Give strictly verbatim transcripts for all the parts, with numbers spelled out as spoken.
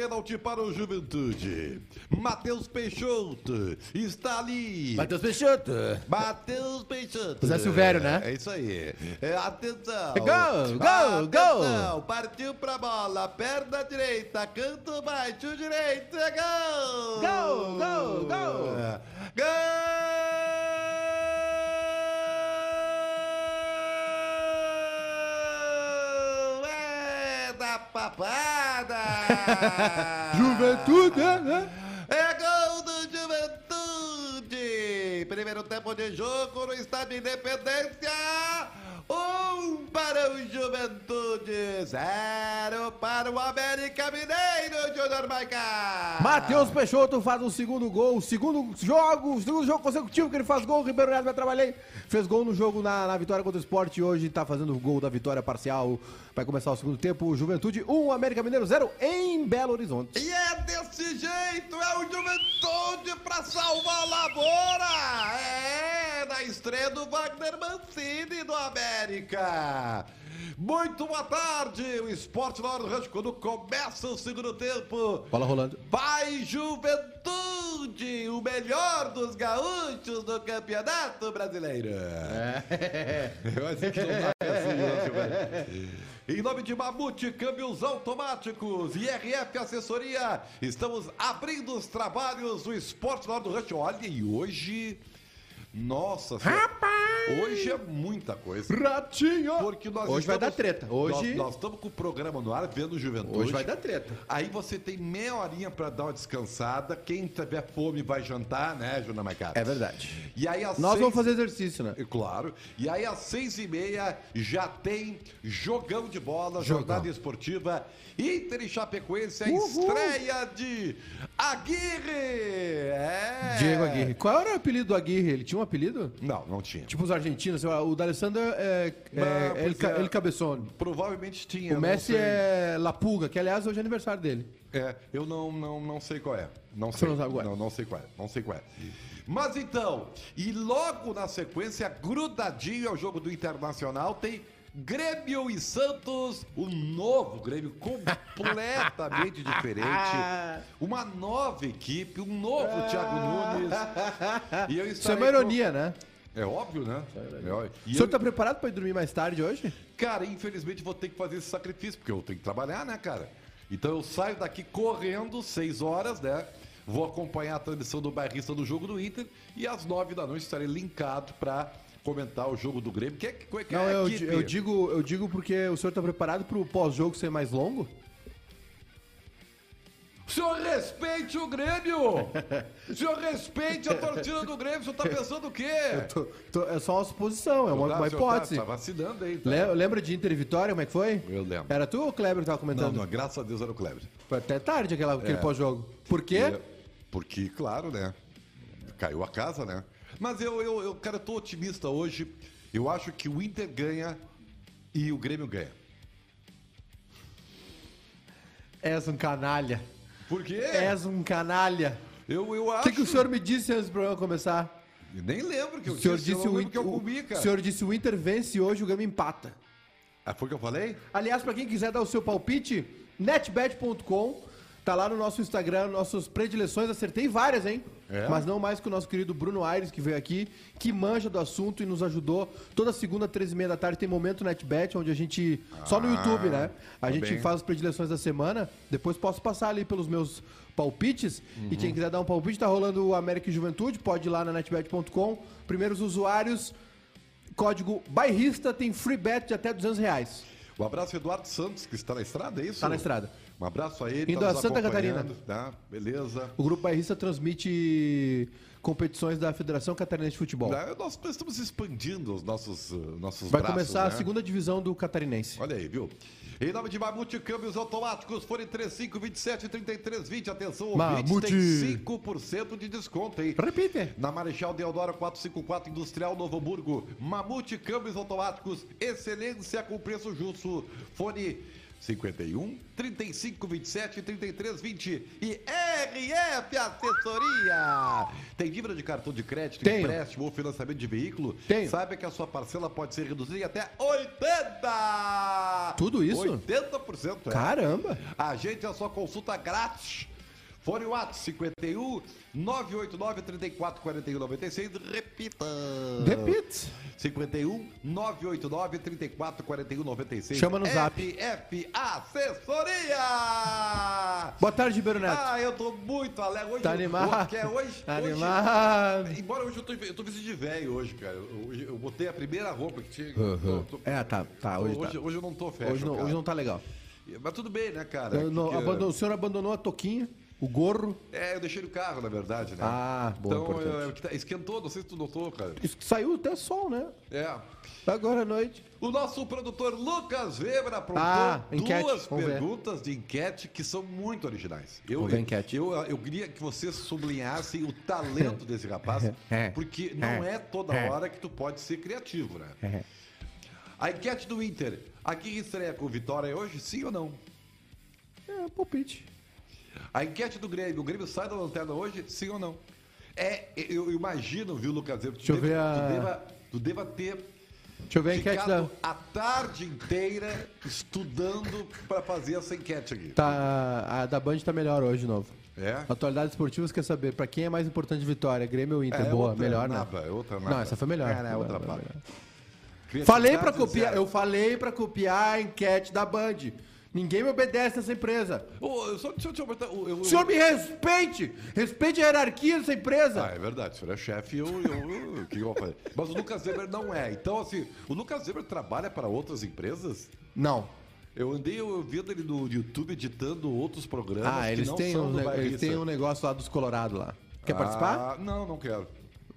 pênalti para o Juventude. Matheus Peixoto está ali. Matheus Peixoto. Matheus Peixoto. Zé Silvério, né? É isso aí. É, atenção. Gol, gol, atenção. gol. Partiu pra bola, perna direita, canto baixo direito, é gol. Gol, gol, gol. Gol. Papada! Juventude, né? É gol do Juventude! Primeiro tempo de jogo no Estádio Independência. Um para o Juventude, zero para o América Mineiro, Júnior Maica. Matheus Peixoto faz o segundo gol, segundo jogo, segundo jogo consecutivo que ele faz gol. O Ribeiro Neto vai trabalhar. Fez gol no jogo na, na vitória contra o Sport e hoje tá fazendo o gol da vitória parcial. Vai começar o segundo tempo. Juventude um, América Mineiro zero em Belo Horizonte. E é desse jeito, é o Juventude pra salvar a lavoura. É, na estreia do Wagner Mancini do América. Muito boa tarde, o Esporte na Hora do Rancho, quando começa o segundo tempo. Bola rolando. Vai Juventude, o melhor dos gaúchos do Campeonato Brasileiro. É. Eu acho que não dá assim, né, em nome de Mamute, câmbios automáticos e R F Assessoria, estamos abrindo os trabalhos do Esporte na Hora do Rancho. Olha, e hoje... Nossa, Rapaz! Hoje é muita coisa. Ratinho! Porque nós Hoje vai estamos, dar treta. Hoje... Nós, nós estamos com o programa no ar, vendo Juventude. Hoje vai dar treta. Aí você tem meia horinha pra dar uma descansada. Quem tiver fome vai jantar, né, Juna Maicata? É verdade. E aí, às Nós seis... vamos fazer exercício, né? Claro. E aí, às seis e meia, já tem jogão de bola, Jogão. jornada esportiva. Inter e Chapecoense, a Uhul. estreia de Aguirre. É. Diego Aguirre. Qual era o apelido do Aguirre? Ele tinha um apelido? Não, não tinha. Tipo os argentinos, sei lá, o D'Alessandro é, é, Não, é El, pois é. El Cabeçone. Provavelmente tinha. O não Messi sei. é La Pulga, que aliás hoje é aniversário dele. É, eu não, não, não sei qual é. Não Você sei. não sabe qual é? Não, não sei qual é. Não sei qual é. Mas então, e logo na sequência, grudadinho ao jogo do Internacional, tem Grêmio e Santos, um novo Grêmio completamente diferente. Uma nova equipe, um novo Thiago Nunes. E eu Isso é uma ironia, com... né? É óbvio, né? É óbvio. O E senhor eu... tá preparado pra ir dormir mais tarde hoje? Cara, infelizmente vou ter que fazer esse sacrifício, porque eu tenho que trabalhar, né, cara? Então eu saio daqui correndo, seis horas, né? Vou acompanhar a transmissão do bairrista do jogo do Inter e às nove da noite estarei linkado pra comentar o jogo do Grêmio. Que, que, que Não, é a eu, equipe? eu, digo, eu digo porque o senhor tá preparado pro pós-jogo ser mais longo? O senhor respeite o Grêmio! O senhor respeite a torcida do Grêmio, o senhor tá pensando o quê? Tô- tô- é só uma suposição, é uma, Ah, uma o senhor hipótese. Tá, tá vacinando aí, tá? Le- Lembra de Inter e Vitória, como é que foi? Eu lembro. Era tu ou o Kleber que tava Não, comentando? não, graças a Deus era o Kleber. Foi até tarde aquela, aquele É. pós-jogo. Por quê? É, porque, claro, né? Caiu a casa, né? Mas eu, eu, eu, cara, eu tô otimista hoje. Eu acho que o Inter ganha e o Grêmio ganha. És um canalha. Por quê? És um canalha. Eu, eu O acho. que, que o senhor me disse antes do programa começar? Eu nem lembro que eu O senhor disse, eu disse não o lembro que Inter, eu comi, cara. o senhor disse o Inter vence hoje, o Grêmio empata. Ah, foi o que eu falei? Aliás, pra quem quiser dar o seu palpite, netbet ponto com, tá lá no nosso Instagram, nossas predileções, acertei várias, hein? É? Mas não mais que o nosso querido Bruno Aires, que veio aqui, que manja do assunto e nos ajudou. Toda segunda, treze e meia da tarde, tem Momento NetBet, onde a gente, só no Ah, YouTube, né? A tá gente bem. faz as predileções da semana, depois posso passar ali pelos meus palpites, e quem quiser dar um palpite, tá rolando o América e Juventude, pode ir lá na netbet ponto com. Primeiros usuários, código bairrista, tem free bet de até duzentos reais. Um abraço, Eduardo Santos, que está na estrada, é isso? Tá na estrada. Um abraço a ele. Indo tá a nos Santa acompanhando, Tá? Beleza. O Grupo Bairrista transmite competições da Federação Catarinense de Futebol. Ah, Nós estamos expandindo os nossos, uh, nossos Vai braços, começar né? a segunda divisão do Catarinense. Olha aí, viu? Em nome de Mamute, câmbios automáticos, fone trinta e cinco, vinte e sete, trinta e três, vinte. Atenção, ouvintes, Mamute. tem cinco por cento de desconto, hein? Repite. Na Marechal Deodoro quatrocentos e cinquenta e quatro, Industrial Novo Hamburgo. Mamute, câmbios automáticos, excelência com preço justo. Fone cinquenta e um, trinta e cinco, vinte e sete, trinta e três, vinte. E R F Assessoria. Tem dívida de cartão de crédito, Tenho. empréstimo ou financiamento de veículo? Tenho. Saiba que a sua parcela pode ser reduzida em até oitenta. Tudo isso? oitenta por cento. É. Caramba! Agende a sua consulta grátis. Fone WhatsApp cinquenta e um, nove oito nove, trinta e quatro, quarenta e um, noventa e seis. Repita. Repita. cinquenta e um, nove oito nove, trinta e quatro, quarenta e um, noventa e seis. Chama no zap. F F Assessoria. Boa tarde, Ribeiro Neto. Ah, eu tô muito alegre. Hoje, Tá animado? Que é hoje, Tá hoje, animado. Embora hoje eu tô, eu tô vestido de velho hoje, cara. Eu, hoje eu botei a primeira roupa que tinha. Uhum. tô- tô- É, tá, tá, hoje, hoje, tá. hoje eu não tô fashion, Hoje não, cara. hoje não tá legal. Mas tudo bem, né, cara? Eu não- Que que- abandonou- o senhor abandonou a toquinha, o gorro. É, eu deixei no carro, na verdade, né? Ah, boa, Então, importante. é, que tá- esquentou, não sei se tu notou, cara. Isso que saiu até sol, né? É. Agora à noite. O nosso produtor Lucas Weber aprontou Ah, enquete, duas vamos ver. perguntas de enquete que são muito originais. Eu, Vamos ver a enquete. Eu, eu queria que vocês sublinhassem o talento desse rapaz, É. porque não é toda É. hora que tu pode ser criativo, né? É. A enquete do Inter. Aqui estreia com vitória hoje, sim ou não? É, palpite. A enquete do Grêmio. O Grêmio sai da lanterna hoje, sim ou não? É, eu imagino, viu, Lucas Weber? Tu Deixa eu deva- ver a- Tu deva, tu deva ter Deixa eu ver a enquete ficado da... a tarde inteira estudando para fazer essa enquete aqui. Tá, a da Band tá melhor hoje, de novo. É? Atualidades esportivas quer saber pra quem é mais importante vitória, Grêmio ou Inter? É, Boa, outra melhor, naba, né? é outra Não, naba. essa foi melhor. É, né, outra Melhor, naba. melhor. Falei pra Criatividade copiar, zero. eu falei pra copiar a enquete da Band. Ninguém me obedece nessa empresa. Ô, eu só, deixa eu te perguntar, eu- eu- O senhor me respeite! Respeite a hierarquia dessa empresa! Ah, é verdade, o senhor é chefe, eu, eu, eu- o que eu vou fazer? Mas o Lucas Weber não é. Então, assim, o Lucas Weber trabalha para outras empresas? Não. Eu andei ouvindo ele no YouTube editando outros programas Ah, que eles não têm, são um, do ne- eles Bairrista. têm um negócio lá dos Colorados lá. Quer participar? Ah, não, não quero.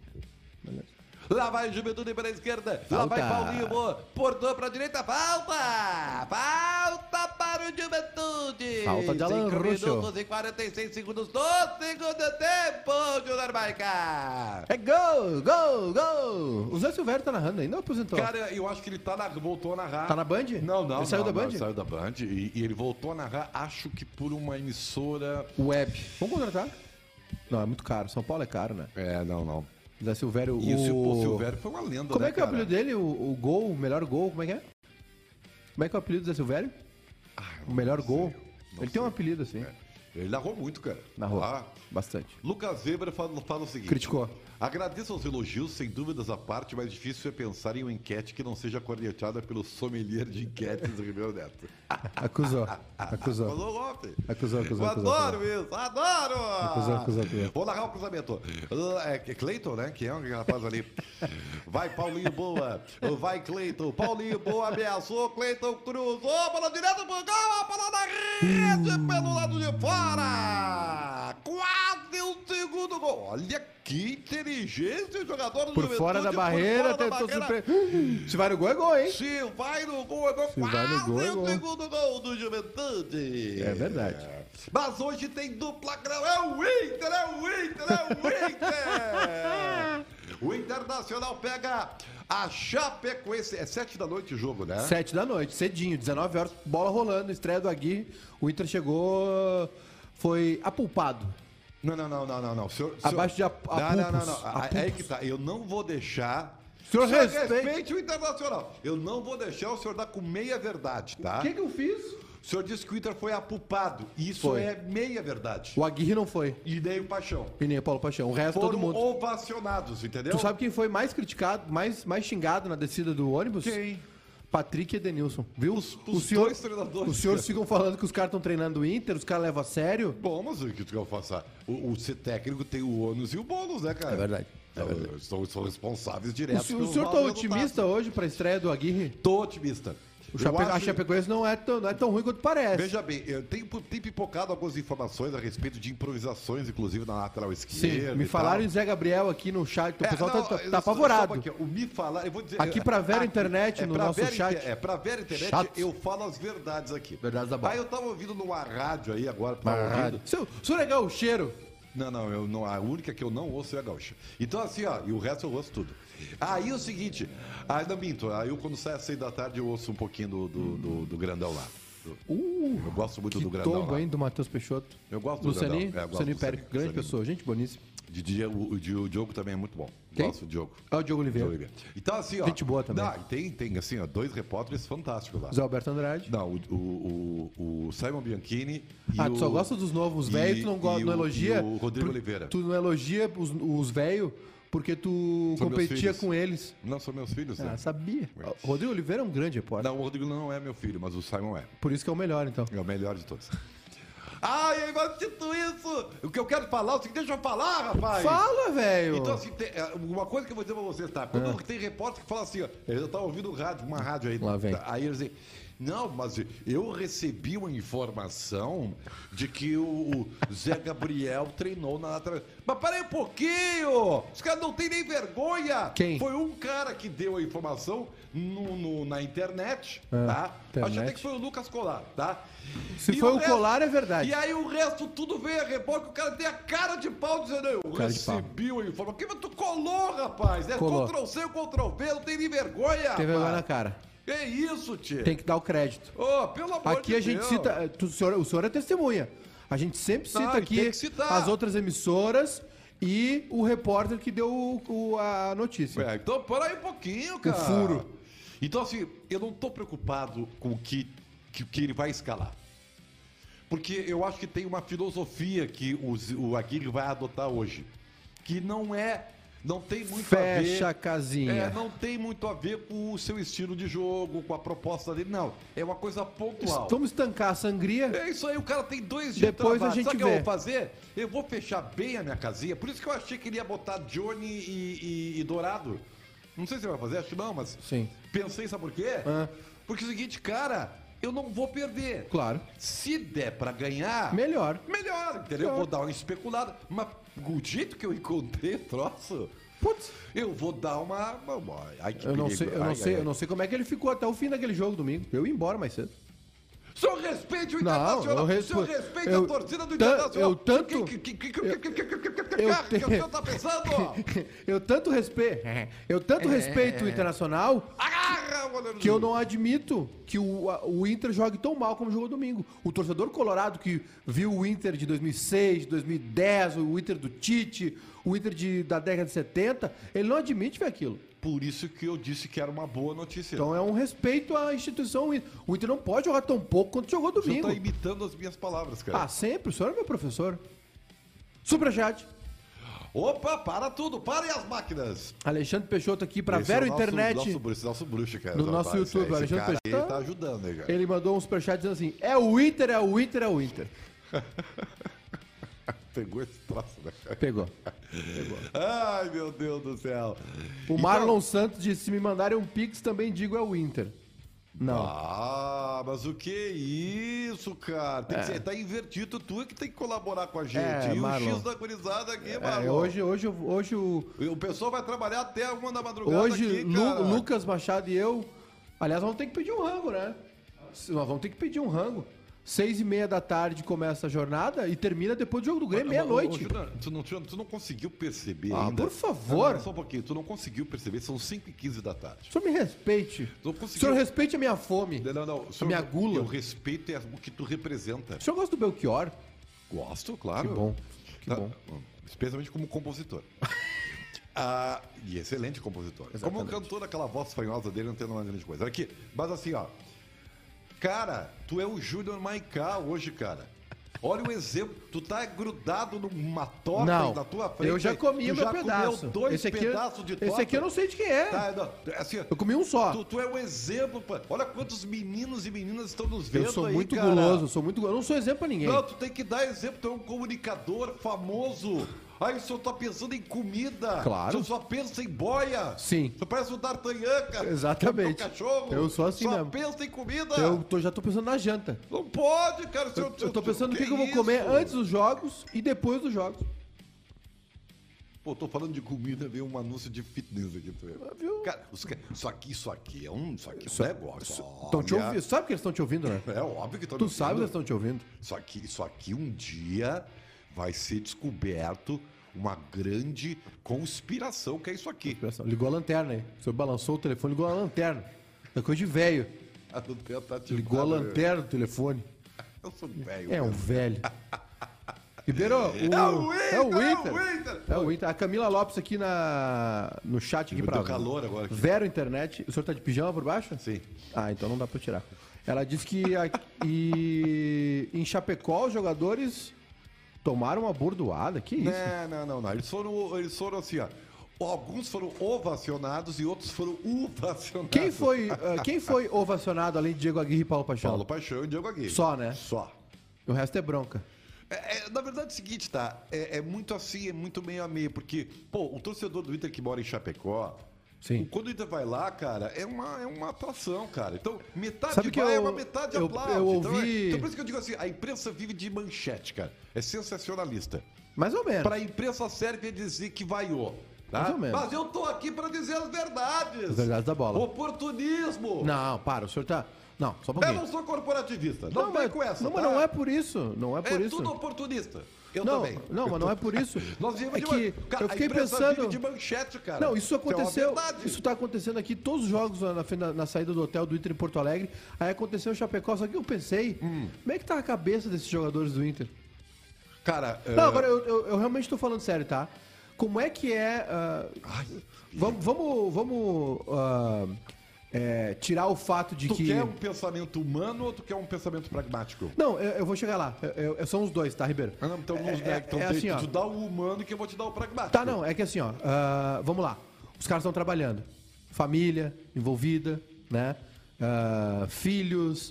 Lá vai Juventude para a esquerda. Lá Falta. vai Paulinho. Boa. Portou para a direita. Falta. Falta para o Juventude. Falta de Alan cinco Russo. minutos e quarenta e seis segundos do segundo tempo, Júnior Maica. É gol, gol, gol! O Zé Silvério tá narrando ainda ou aposentou? Cara, eu acho que ele tá na, voltou a narrar. Tá na Band? Não, não. Ele saiu não, da não, Band? saiu da Band e, e ele voltou a narrar, acho que por uma emissora... Web. Vamos contratar? Não, é muito caro. São Paulo é caro, né? É, não, não. Zé Silvério... E o, Sil- o o Silvério foi uma lenda, Como né, é que é o cara? apelido dele? O, o gol, o melhor gol, como é que é? Como é que é o apelido do Zé Silvério? Ah, O melhor gol? não Ele tem um sei. apelido assim. Ele narrou muito, cara. Narrou. Ah, Bastante. Lucas Weber fala, fala o seguinte. Criticou. Agradeço aos elogios, sem dúvidas à parte, mas difícil é pensar em uma enquete que não seja cornetada pelo sommelier de enquetes do Ribeiro Neto. Acusou. Acusou. Falou golpe. Acusou, acusou, Eu acusou, adoro isso, adoro! Acusou, acusou, acusou. Vou narrar o cruzamento. É é Cleiton, né? Que é um rapaz ali. Vai, Paulinho Boa. Vai, Cleiton. Paulinho Boa ameaçou. Cleiton cruzou. Bola direto pro gol. A bola na rede pelo lado de fora. Quase o segundo gol. Olha que inteligência o jogador do Por Juventude, fora da por barreira, fora da tentou barreira. surpreender. Se vai no gol, é gol, hein? Se vai no gol, é gol. Se vai no gol, é Quase gol. o segundo gol do Juventude. É verdade. Mas hoje tem dupla grão. É o Inter, é o Inter, é o Inter. O Internacional pega a Chapecoense. É sete da noite o jogo, né? Sete da noite, cedinho, dezenove horas, bola rolando, estreia do Aguirre. O Inter chegou, foi apulpado. Não, não, não, não, não, não. Senhor, Abaixo de senhor... a- a Não, não, não, pulpos, não. a É pulpos. que tá. Eu não vou deixar... Senhor, O senhor respeite- respeite o Internacional. Eu não vou deixar o senhor dar com meia verdade, tá? O que, que eu fiz? O senhor disse que o Inter foi apupado. Isso Foi. é meia verdade. O Aguirre não foi. E nem o Paixão. E nem o Paulo Paixão. O resto, Foram todo mundo. ovacionados, entendeu? Tu sabe quem foi mais criticado, mais, mais xingado na descida do ônibus? Quem? Patrick e Edenilson. Viu? Os- o os senhor, dois treinadores. Os senhores ficam falando que os caras estão treinando o Inter, os caras levam a sério. Bom, mas o que tu quer fazer? O, o ser técnico tem o ônus e o bônus, né, cara? É verdade, é Então, verdade. São, são responsáveis O, diretos. se- o pelos senhor tá maus otimista resultados. hoje pra estreia do Aguirre? Tô otimista. O Eu Chape... A acho- Chapecoense não é, tão, não é tão ruim quanto parece. Veja bem, eu tenho, tenho pipocado algumas informações a respeito de improvisações, inclusive na lateral esquerda. Sim, me e falaram tal. em Zé Gabriel aqui no chat. O É, pessoal não, tá, tá, eu- tá só- apavorado. só um pouquinho. O me falar, eu vou dizer. Aqui pra Vera Internet, no pra nosso Vera chat. Inter- É, pra Vera Internet, Chato. eu falo as verdades aqui. Verdades da bola. Aí eu tava ouvindo numa rádio aí agora, pra Mas, ouvindo. Seu, o senhor é gaucheiro? Não, não, eu não, a única que eu não ouço é a gaúcha. Então assim, ó, e o resto eu ouço tudo. Aí é o seguinte, aí não minto, aí eu quando sai às seis da tarde eu ouço um pouquinho do, do, do, do grandão lá. Uh, Eu gosto muito que do grandão tombo, lá. hein, do Matheus Peixoto. Eu gosto do Luceni, grandão. É, eu gosto Luceni do Périco, Luceni, grande Luceni. pessoa, gente boníssima. De dia, o, o, o Diogo também é muito bom. Quem? Gosto do Diogo. É o Diogo Oliveira. Diogo Oliveira. Então, assim, ó. Gente boa também. Não, e tem, tem, assim, ó, dois repórteres fantásticos lá. Zé Alberto Andrade. Não, o, o, o, o Simon Bianchini e Ah, o... tu só gosta dos novos e- velhos, tu não, gosta, e não o- elogia. e o Rodrigo por- Oliveira. Tu não elogia os, os velhos porque tu São meus competia filhos. com eles. Não, são meus filhos, né? Ah, sabia. O Rodrigo Oliveira é um grande repórter. Não, o Rodrigo não é meu filho, mas o Simon é. Por isso que é o melhor, então. É o melhor de todos. Ai, mas dito isso, o que eu quero falar, o seguinte, deixa eu falar, rapaz. Fala, velho! Então, assim, tem, é, uma coisa que eu vou dizer pra vocês, tá? Quando tem repórter que fala assim, ó, eu tava ouvindo rádio, uma rádio aí. Lá vem. tá? Aí eles dizem, não, mas eu recebi uma informação de que o Zé Gabriel treinou na lateral. Mas peraí um pouquinho! Os caras não têm nem vergonha! Quem? Foi um cara que deu a informação no, no- na internet, Ah, tá? internet. Acho até que foi o Lucas Colar, tá? Se E foi o resto- Colar, é verdade. E aí o resto tudo veio a reboque, o cara tem a cara de pau dizendo, eu Cara de pau. recebi a informação. Que, mas tu colou, rapaz! É Colou. Ctrl C, Ctrl V, não tem nem vergonha, Tem vergonha na rapaz. cara. Que isso, tio? Tem que dar o crédito. Ô, pelo amor Aqui de a gente Deus. cita. eh, tu- o, senhor, o senhor é testemunha. A gente sempre cita Não, e aqui tem que citar. as outras emissoras e o repórter que deu o- o- a notícia. É, então, para aí um pouquinho, cara. furo. Então, assim, eu não tô preocupado com o que, que, que ele vai escalar. Porque eu acho que tem uma filosofia que o, Z- o Aguirre vai adotar hoje. Que não é... Não tem muito a ver... Fecha a casinha. É, não tem muito a ver com o seu estilo de jogo, com a proposta dele, não. É uma coisa pontual. Vamos estancar a sangria. É isso aí, o cara tem dois dias Depois a travado. gente Sabe o que eu vê. vou fazer? Eu vou fechar bem a minha casinha. Por isso que eu achei que ele ia botar Johnny e, e- e Dourado. Não sei se você vai fazer, acho que não, mas... Sim. Pensei, sabe por quê? Ah. Porque é o seguinte, cara, eu não vou perder. Claro. Se der pra ganhar... Melhor. Melhor, entendeu? Eu Claro. vou dar uma especulada. Mas o jeito que eu encontrei o troço... Putz. Eu vou dar uma... uma- Ai, que Eu não perigo. sei, eu não Ai, sei, ai, eu não sei como é que ele ficou até o fim daquele jogo domingo. Eu ia embora mais cedo. Só respeite o Não, Internacional. eu O respo- senhor respeite eu a torcida do tan- Internacional. eu tanto- O que, que, que, que, que, que, que, que, que, que, eu que, que o senhor tá pensando? Eu tanto respeito, eu tanto respeito o Internacional Agarra, goleiro que eu do- não admito que o, a- o Inter jogue tão mal como jogou domingo. O torcedor colorado que viu o Inter de dois mil e seis, dois mil e dez, o Inter do Tite, o Inter de, da década de setenta, ele não admite ver aquilo. Por isso que eu disse que era uma boa notícia. Então é um respeito à instituição Inter. O Inter não pode jogar tão pouco quanto jogou o senhor domingo. tá imitando as minhas palavras, cara. Ah, sempre, o senhor é meu professor. Superchat. Opa, para tudo, parem as máquinas. Alexandre Peixoto aqui pra Esse é Vero o nosso- Internet. Nosso bruxo, nosso bruxo, cara. No nosso Rapaz, YouTube, esse Alexandre cara Peixoto. aí tá ajudando, né, cara? Ele mandou um superchat dizendo assim: é o Inter, é o Inter, é o Inter. Pegou esse troço, né? Pegou. Ai, meu Deus do céu. O Marlon Santos disse: se me mandarem um Pix, também digo é o Inter. Não. Ah, mas o que é isso, cara? Tem que ser, tá invertido, tu é que tem que colaborar com a gente. É, e o Marlon. X da gurizada aqui, É, Marlon. hoje, hoje, hoje, o, O pessoal vai trabalhar até uma da madrugada hoje aqui, Lu- cara. Lucas Machado e eu. Aliás, vamos ter que pedir um rango, né? Nós vamos ter que pedir um rango. Seis e meia da tarde começa a jornada e termina depois do jogo do Grêmio, meia-noite. Ô, Júnior, Tu não, tu não conseguiu perceber Ah, ainda. por favor. Não, não, só um pouquinho. Tu não conseguiu perceber, são cinco e quinze da tarde. O senhor me respeite. Não O conseguiu. senhor respeite a minha fome. Não, não, não. O senhor- minha gula. Eu respeito é o que tu representa. O senhor gosta do Belchior? Gosto, claro. Que bom, que Tá, bom. Especialmente como compositor. Ah, e excelente compositor. Exatamente. Como cantor, aquela voz fanhosa dele não tem uma grande coisa. Aqui, mas assim, ó. Cara, tu é o Júnior Maiká hoje, cara. Olha o exemplo, tu tá grudado numa torta Não, aí na tua frente. eu já comi tu o meu já pedaço. comeu dois Esse aqui, pedaços de torta. esse aqui eu não sei de quem é. Tá, não, assim, Eu comi um só. tu, tu é um exemplo, pá. Olha quantos meninos e meninas estão nos vendo Eu sou aí, muito cara. guloso, eu sou muito guloso. Eu não sou exemplo pra ninguém. Não, tu tem que dar exemplo, tu é um comunicador famoso. Aí o senhor tá pensando em comida. Claro. O senhor só pensa em boia. Sim. Você parece o D'Artagnan, cara. Exatamente. Que é o teu cachorro. Eu sou assim só mesmo. pensa em comida. Eu tô- já tô pensando na janta. Não pode, cara. O senhor- Eu, eu tô pensando no que, que eu vou isso? comer antes dos jogos e depois dos jogos. Pô, tô falando de comida, veio um anúncio de fitness aqui. Tu vê. viu? Cara, os ca- isso aqui, isso aqui é um, isso aqui é um Isso- negócio. Estão te Olha, ouvindo. Sabe que eles estão te ouvindo, né? É óbvio que estão Tu sabe que eles estão te ouvindo. Isso aqui, isso aqui um dia vai ser descoberto uma grande conspiração, que é isso aqui. Ligou a lanterna aí. O senhor balançou o telefone, ligou a lanterna. É coisa de velho. Ligado, tentativa. Ligou a lanterna do telefone. Eu sou velho. É um velho. Ribeiro, o... É o Inter, é o Inter. é o Inter. É o Inter. A Camila Lopes aqui na, no chat aqui pra... Deu calor agora aqui. Vero Internet. O senhor tá de pijama por baixo? Sim. Ah, então não dá pra tirar. Ela disse que a, e, em Chapecó os jogadores tomaram uma bordoada. Que isso? Não, não, não, não. Eles foram, eles foram assim, ó. Alguns foram ovacionados e outros foram uvacionados. Quem foi, uh, quem foi ovacionado além de Diego Aguirre e Paulo Paixão? Paulo Paixão e Diego Aguirre. Só, né? Só. O resto é bronca. É, é, na verdade é o seguinte, tá? É, é muito assim, é muito meio a meio, porque, pô, o torcedor do Inter que mora em Chapecó, Sim. quando o Inter vai lá, cara, é uma, é uma atração, cara. Então, metade Sabe que vai, eu- é uma metade eu- aplaude. eu Então, é- ouvi- então, por isso que eu digo assim, a imprensa vive de manchete, cara. É sensacionalista. Mais ou menos. Pra imprensa serve dizer que vaiou. Tá? Mais ou menos. Mas eu tô aqui pra dizer as verdades. As verdades da bola. Oportunismo. Não, para, o senhor tá... Não, só um Eu pouquinho. não sou corporativista. Não, vem mas, com essa, não, tá? mas não é por isso. Não é por É isso. tudo oportunista. Eu não, também. não, mas não é por isso. Nós vivemos é de que uma... Cara, eu fiquei a imprensa pensando... vive de manchete, cara. Não, isso Que é uma aconteceu. verdade. Isso tá acontecendo aqui, todos os jogos na, na, na saída do hotel do Inter em Porto Alegre. Aí aconteceu em Chapecó, só que eu pensei, Hum. como é que tá a cabeça desses jogadores do Inter? Cara, Não, eh, agora eu, eu, eu realmente tô falando sério, tá? Como é que é. ah, vamos vamos, vamos ah, é, tirar o fato de tu que. quer um pensamento humano ou tu quer um pensamento pragmático? Não, eu, eu vou chegar lá. Eu, eu- são os dois, tá, Ribeiro? Ah, não, então vamos É- né, é- então é tem- assim, ó. tu dá o humano que eu vou te dar o pragmático. Tá, não, é que assim, ó, ah, vamos lá. Os caras estão trabalhando. Família envolvida, né? Ah, filhos,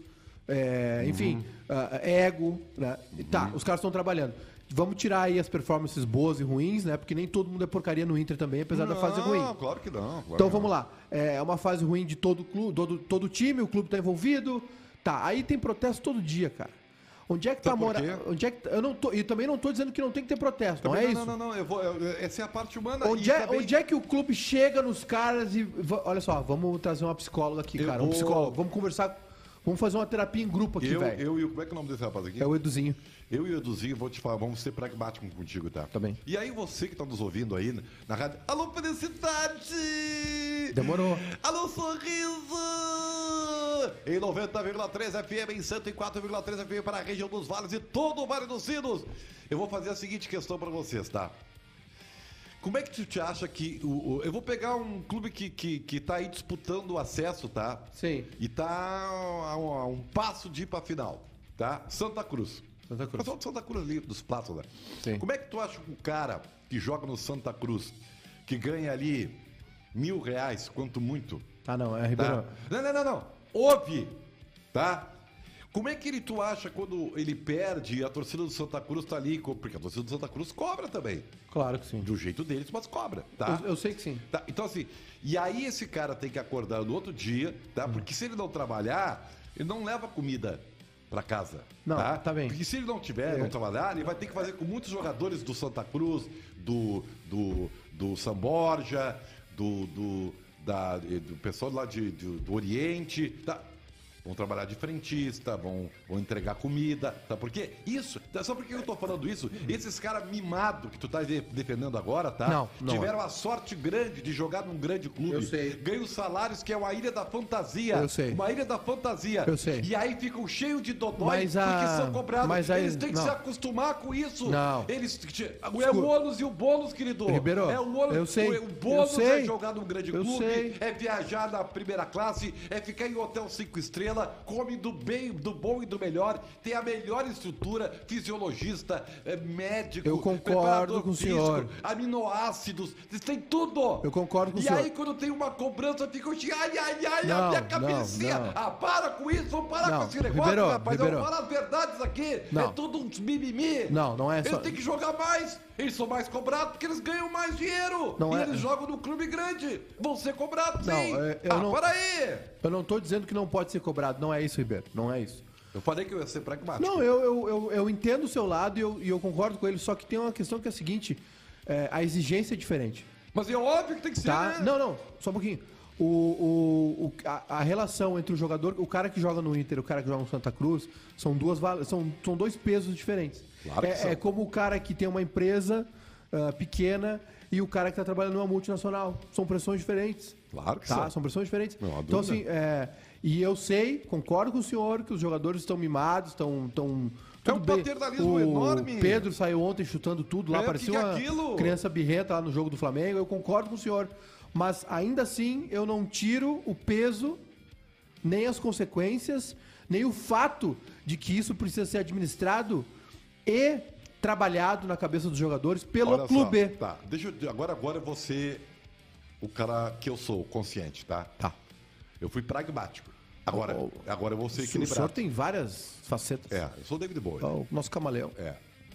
é, enfim, ah, ego, né? Tá, os caras estão trabalhando. Vamos tirar aí as performances boas e ruins, né? Porque nem todo mundo é porcaria no Inter também, apesar da fase ruim. Não, claro que não. claro Então que vamos não. lá. É uma fase ruim de todo clube, todo, todo time, o clube tá envolvido. Tá, aí tem protesto todo dia, cara. Onde é que tá Então, por morando? quê? Onde é que eu não tô, e também não tô dizendo que não tem que ter protesto, não Também é não, isso? Não, não, não, eu vou, eu- essa é a parte humana. Onde e é, também- onde é que o clube chega nos caras e. va- Olha só, vamos trazer uma psicóloga aqui, Eu cara. Um vou- psicólogo. Vamos conversar. Vamos fazer uma terapia em grupo aqui, eu, velho. eu e o... Como é que é o nome desse rapaz aqui? É o Eduzinho. Eu e o Eduzinho, vou te falar, vamos ser pragmáticos contigo, tá? Tá bem. E aí você que tá nos ouvindo aí na rádio... Alô, felicidade! Demorou. Alô, sorriso! Em noventa vírgula três F M, em cento e quatro vírgula três F M para a região dos vales e todo o Vale dos Sinos. Eu vou fazer a seguinte questão para vocês, tá? Como é que tu te acha que... O, o- eu vou pegar um clube que, que, que tá aí disputando o acesso, tá? Sim. E tá a um, a um passo de ir pra final, tá? Santa Cruz. Santa Cruz. Pessoal de Santa Cruz ali, dos platos, né? Sim. Como é que tu acha que o cara que joga no Santa Cruz, que ganha ali mil reais, quanto muito, Tá, não, é tá? Ribeirão. Não, não, não, não. Ouve, tá? Como é que ele, tu acha quando ele perde e a torcida do Santa Cruz tá ali? co- Porque a torcida do Santa Cruz cobra também. Claro que sim. Do jeito deles, mas cobra, tá? Eu, eu sei que sim. Tá, então assim, e aí esse cara tem que acordar no outro dia, tá? Porque se ele não trabalhar, ele não leva comida pra casa. Não, tá? tá bem. Porque se ele não tiver, não trabalhar, ele vai ter que fazer com muitos jogadores do Santa Cruz, do, do, do São Borja, do, do, da, do pessoal lá de, de- do Oriente, tá? Vão trabalhar de frentista, vão, vão entregar comida, tá? Porque isso, tá? Só porque eu tô falando isso, esses caras mimados que tu tá de- defendendo agora, tá? Não, não Tiveram a sorte grande de jogar num grande clube. Eu sei. Ganham salários que é uma ilha da fantasia. Eu sei. Uma ilha da fantasia. Eu sei. E aí ficam cheios de dodói Mas a- porque são cobrados. mas aí- Eles têm que não. se acostumar com isso. Não. Eles, é o ônus e o bônus, querido. Ribeiro, é o ônus. eu sei. O, o bônus Eu sei. é jogar num grande Eu clube, sei. é viajar na primeira classe, é ficar em hotel cinco estrelas, come do bem, do bom e do melhor, tem a melhor estrutura, fisiologista, é, médico, Eu concordo preparador com o físico, senhor. aminoácidos, eles têm tudo. Eu concordo com o e senhor. E aí quando tem uma cobrança, fica assim, ai, ai, ai, Não, a minha não, cabecinha. não. Ah, para com isso, vamos parar Não, com esse negócio, Ribeiro, rapaz. Ribeiro. Vamos falar as verdades aqui. Não. É tudo uns mimimi. Não, não é só- Eles têm que jogar mais. Eles são mais cobrados porque eles ganham mais dinheiro. Não e é- eles jogam no clube grande. Vão ser cobrados, Não, sim. é- eu ah, não- para aí. Eu não tô dizendo que não pode ser cobrado. Não é isso, Ribeiro. Não é isso. Eu falei que eu ia ser pragmático. Não, eu, eu, eu, eu entendo o seu lado e eu, e eu concordo com ele, só que tem uma questão que é a seguinte: é, a exigência é diferente. Mas é óbvio que tem que ser, Tá? né? Não, não, só um pouquinho. O, o, o- a, a relação entre o jogador, o cara que joga no Inter e o cara que joga no Santa Cruz, são, duas, val- são, são dois pesos diferentes. Claro que é, são. é como o cara que tem uma empresa uh, pequena e o cara que está trabalhando numa multinacional. São pressões diferentes. Claro que tá? são. São pressões diferentes. Não há Então, dúvida. assim, é, e eu sei, concordo com o senhor, que os jogadores estão mimados, estão... estão É um tudo bem. paternalismo o enorme. Pedro saiu ontem chutando tudo lá, É, parecia que que é uma aquilo? criança birrenta lá no jogo do Flamengo. Eu concordo com o senhor. Mas, ainda assim, eu não tiro o peso, nem as consequências, nem o fato de que isso precisa ser administrado e trabalhado na cabeça dos jogadores pelo Olha clube. só, tá, deixa eu, agora, agora eu vou ser o cara que eu sou, consciente, tá? Tá. Eu fui pragmático. Agora, Oh, agora eu vou ser O equilibrado. senhor tem várias facetas. É, eu sou o David Bowie. É o nosso camaleão. É.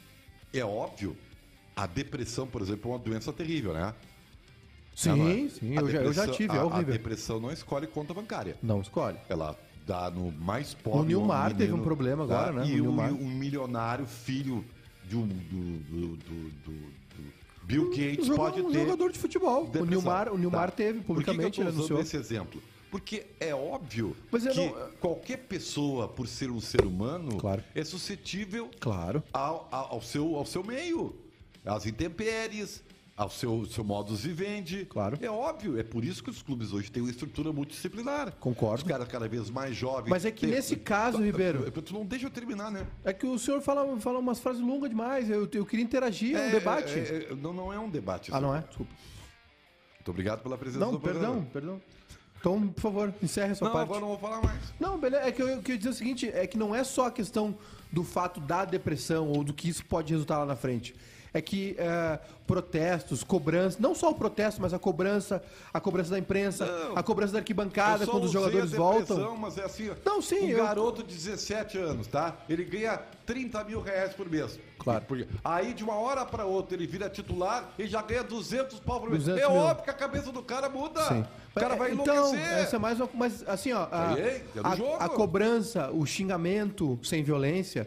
É óbvio, a depressão, por exemplo, é uma doença terrível, né? Sim, Ela é. sim, A eu já, eu já depressão- tive, é a, horrível. A depressão não escolhe conta bancária. Não escolhe. Ela dá no mais pobre. O Nilmar menino, teve um problema tá? agora, né? E O um, Nilmar. um milionário, filho de um, do, do, do, do- do Bill Gates, Um pode jogador- um ter. jogador de futebol. O depressão. Nilmar, o Nilmar Tá. teve, publicamente, Por que, ele que eu tô anunciou. usando esse exemplo? Porque é óbvio Mas eu que não- qualquer pessoa, por ser um ser humano, Claro. é suscetível Claro. ao, ao, ao seu, ao seu meio, às intempéries, ao seu, seu modus vivendi. Claro. É óbvio, é por isso que os clubes hoje têm uma estrutura multidisciplinar. Concordo. Os caras cada vez mais jovens. Mas é que Tem- nesse caso, Tu- Ribeiro- Tu não deixa eu terminar, né? É que o senhor fala, fala umas frases longas demais. Eu, eu queria interagir, é um É, debate. é, é, não, não é um debate. Ah, isso. não é? Desculpa. Muito obrigado pela presença Não, do perdão, programa. perdão. Então, por favor, encerre a sua Não, parte. agora não vou falar mais. Não, beleza. É que eu, eu queria dizer o seguinte: é que não é só a questão do fato da depressão ou do que isso pode resultar lá na frente. É que é, protestos, cobrança, não só o protesto, mas a cobrança, a cobrança da imprensa, Não. a cobrança da arquibancada Eu só quando os usei jogadores a voltam. depressão, Mas é assim, ó, Não, sim, um eu- garoto de dezessete anos, tá? Ele ganha trinta mil reais por mês. Claro. Porque aí, de uma hora para outra, ele vira titular e já ganha duzentos pau por mês. duzentos É mil. óbvio que a cabeça do cara muda. Sim. O cara vai então, enlouquecer. essa é mais uma. Mas assim, ó, a, Aí, é do a- jogo. a cobrança, o xingamento sem violência,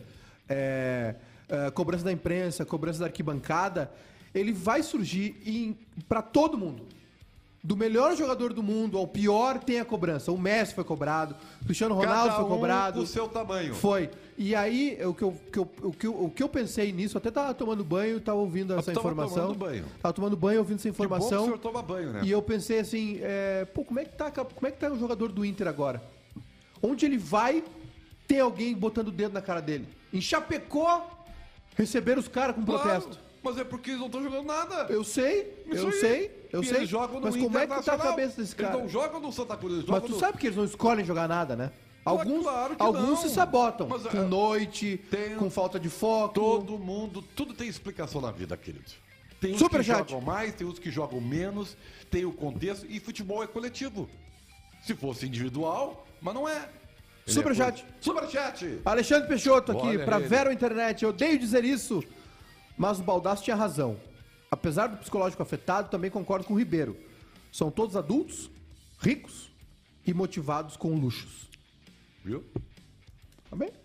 é, é, cobrança da imprensa, cobrança da arquibancada, ele vai surgir para todo mundo. Do melhor jogador do mundo ao pior tem a cobrança. O Messi foi cobrado, o Cristiano Ronaldo Cada foi um cobrado. com o seu tamanho. Foi. E aí, o que eu, que eu- o, que eu, o que eu pensei nisso, eu até tava tomando banho, tava ouvindo essa tu tava informação. tomando banho. Tava tomando banho, ouvindo essa Que bom que o informação. senhor toma banho, né? E eu pensei assim, é, pô, como é, que tá, como é que tá o jogador do Inter agora? Onde ele vai, tem alguém botando o dedo na cara dele. Em Chapecó, receberam os caras com Claro, protesto. mas é porque eles não estão jogando nada. Eu sei, Isso eu aí. sei, eu E sei. Eles jogam no Mas como é que tá a Internacional. cabeça desse cara? Eles não jogam no Santa Cruz, eles Mas jogam tu no... sabe que eles não escolhem jogar nada, né? Alguns, claro que alguns não. se sabotam. Mas, com é, noite, tem- com falta de foco. Todo mundo, tudo tem explicação na vida, querido. Tem uns Super que chat. jogam mais, tem uns que jogam menos, tem o contexto, e futebol é coletivo. Se fosse individual, mas não é. Ele Super é chat. coletivo. Super chat! Alexandre Peixoto aqui, Olha pra ele. Vero Internet. Eu odeio dizer isso, mas o Baldasso tinha razão. Apesar do psicológico afetado, também concordo com o Ribeiro. São todos adultos, ricos e motivados com luxos. Viu? Tá bem?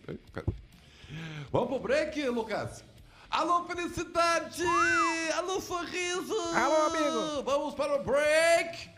Vamos pro break, Lucas? Alô, felicidade! Alô, sorriso! Alô, amigo! Vamos para o break!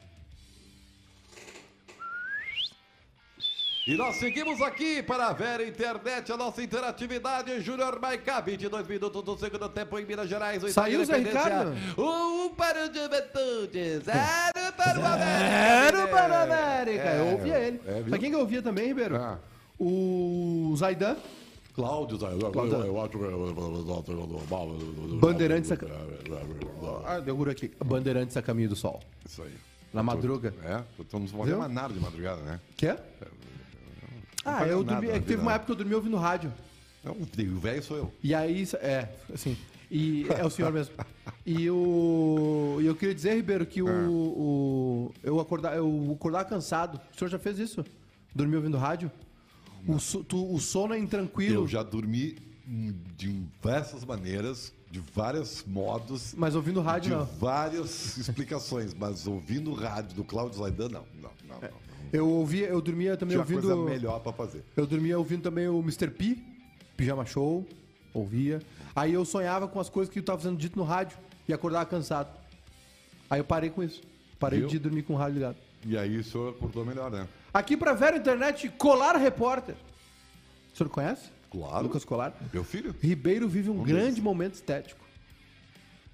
E nós seguimos aqui para a Vera Internet, a nossa interatividade. Júnior Maicá, vinte e dois minutos do segundo tempo em Minas Gerais. O Saiu o Zé Ricardo? Um para o Juventude, zero para o América. Zero para a América. É, eu ouvia ele. é, viu? Sabe quem que eu ouvia também, Ribeiro? Ah. O Zaidan. Cláudio, Cláudio. eu acho que... Bandeirantes a... Ah, deu guru aqui. Bandeirantes a caminho do sol. Isso aí. Na madruga. É, estamos fazendo Viu? mais nada de madrugada, né? Quê? Ah, faz eu nada dormi, na é que teve vida, uma né? época que eu dormi ouvindo rádio. Não, o velho sou eu. E aí, é, assim, e é o senhor mesmo. E o e eu queria dizer, Ribeiro, que o, Ah. o eu acordar, eu acordar cansado. O senhor já fez isso? Dormir ouvindo rádio? O, so- tu- o sono é intranquilo, Eu já dormi de diversas maneiras, de vários modos, mas ouvindo rádio de não. várias explicações, mas ouvindo o rádio do Cláudio Zaidan, não, não, não. não. Eu ouvia, eu dormia também Tinha coisa ouvindo melhor pra fazer. Eu dormia ouvindo também o mister P, Pijama Show, ouvia. Aí eu sonhava com as coisas que estava sendo dito no rádio e acordava cansado. Aí eu parei com isso. Parei Viu? de dormir com o rádio ligado. E aí o senhor acordou melhor, né? Aqui pra Vero Internet, Colar Repórter. O senhor conhece? Claro. Lucas Colar. Meu filho? Ribeiro vive um Um grande deles. momento estético.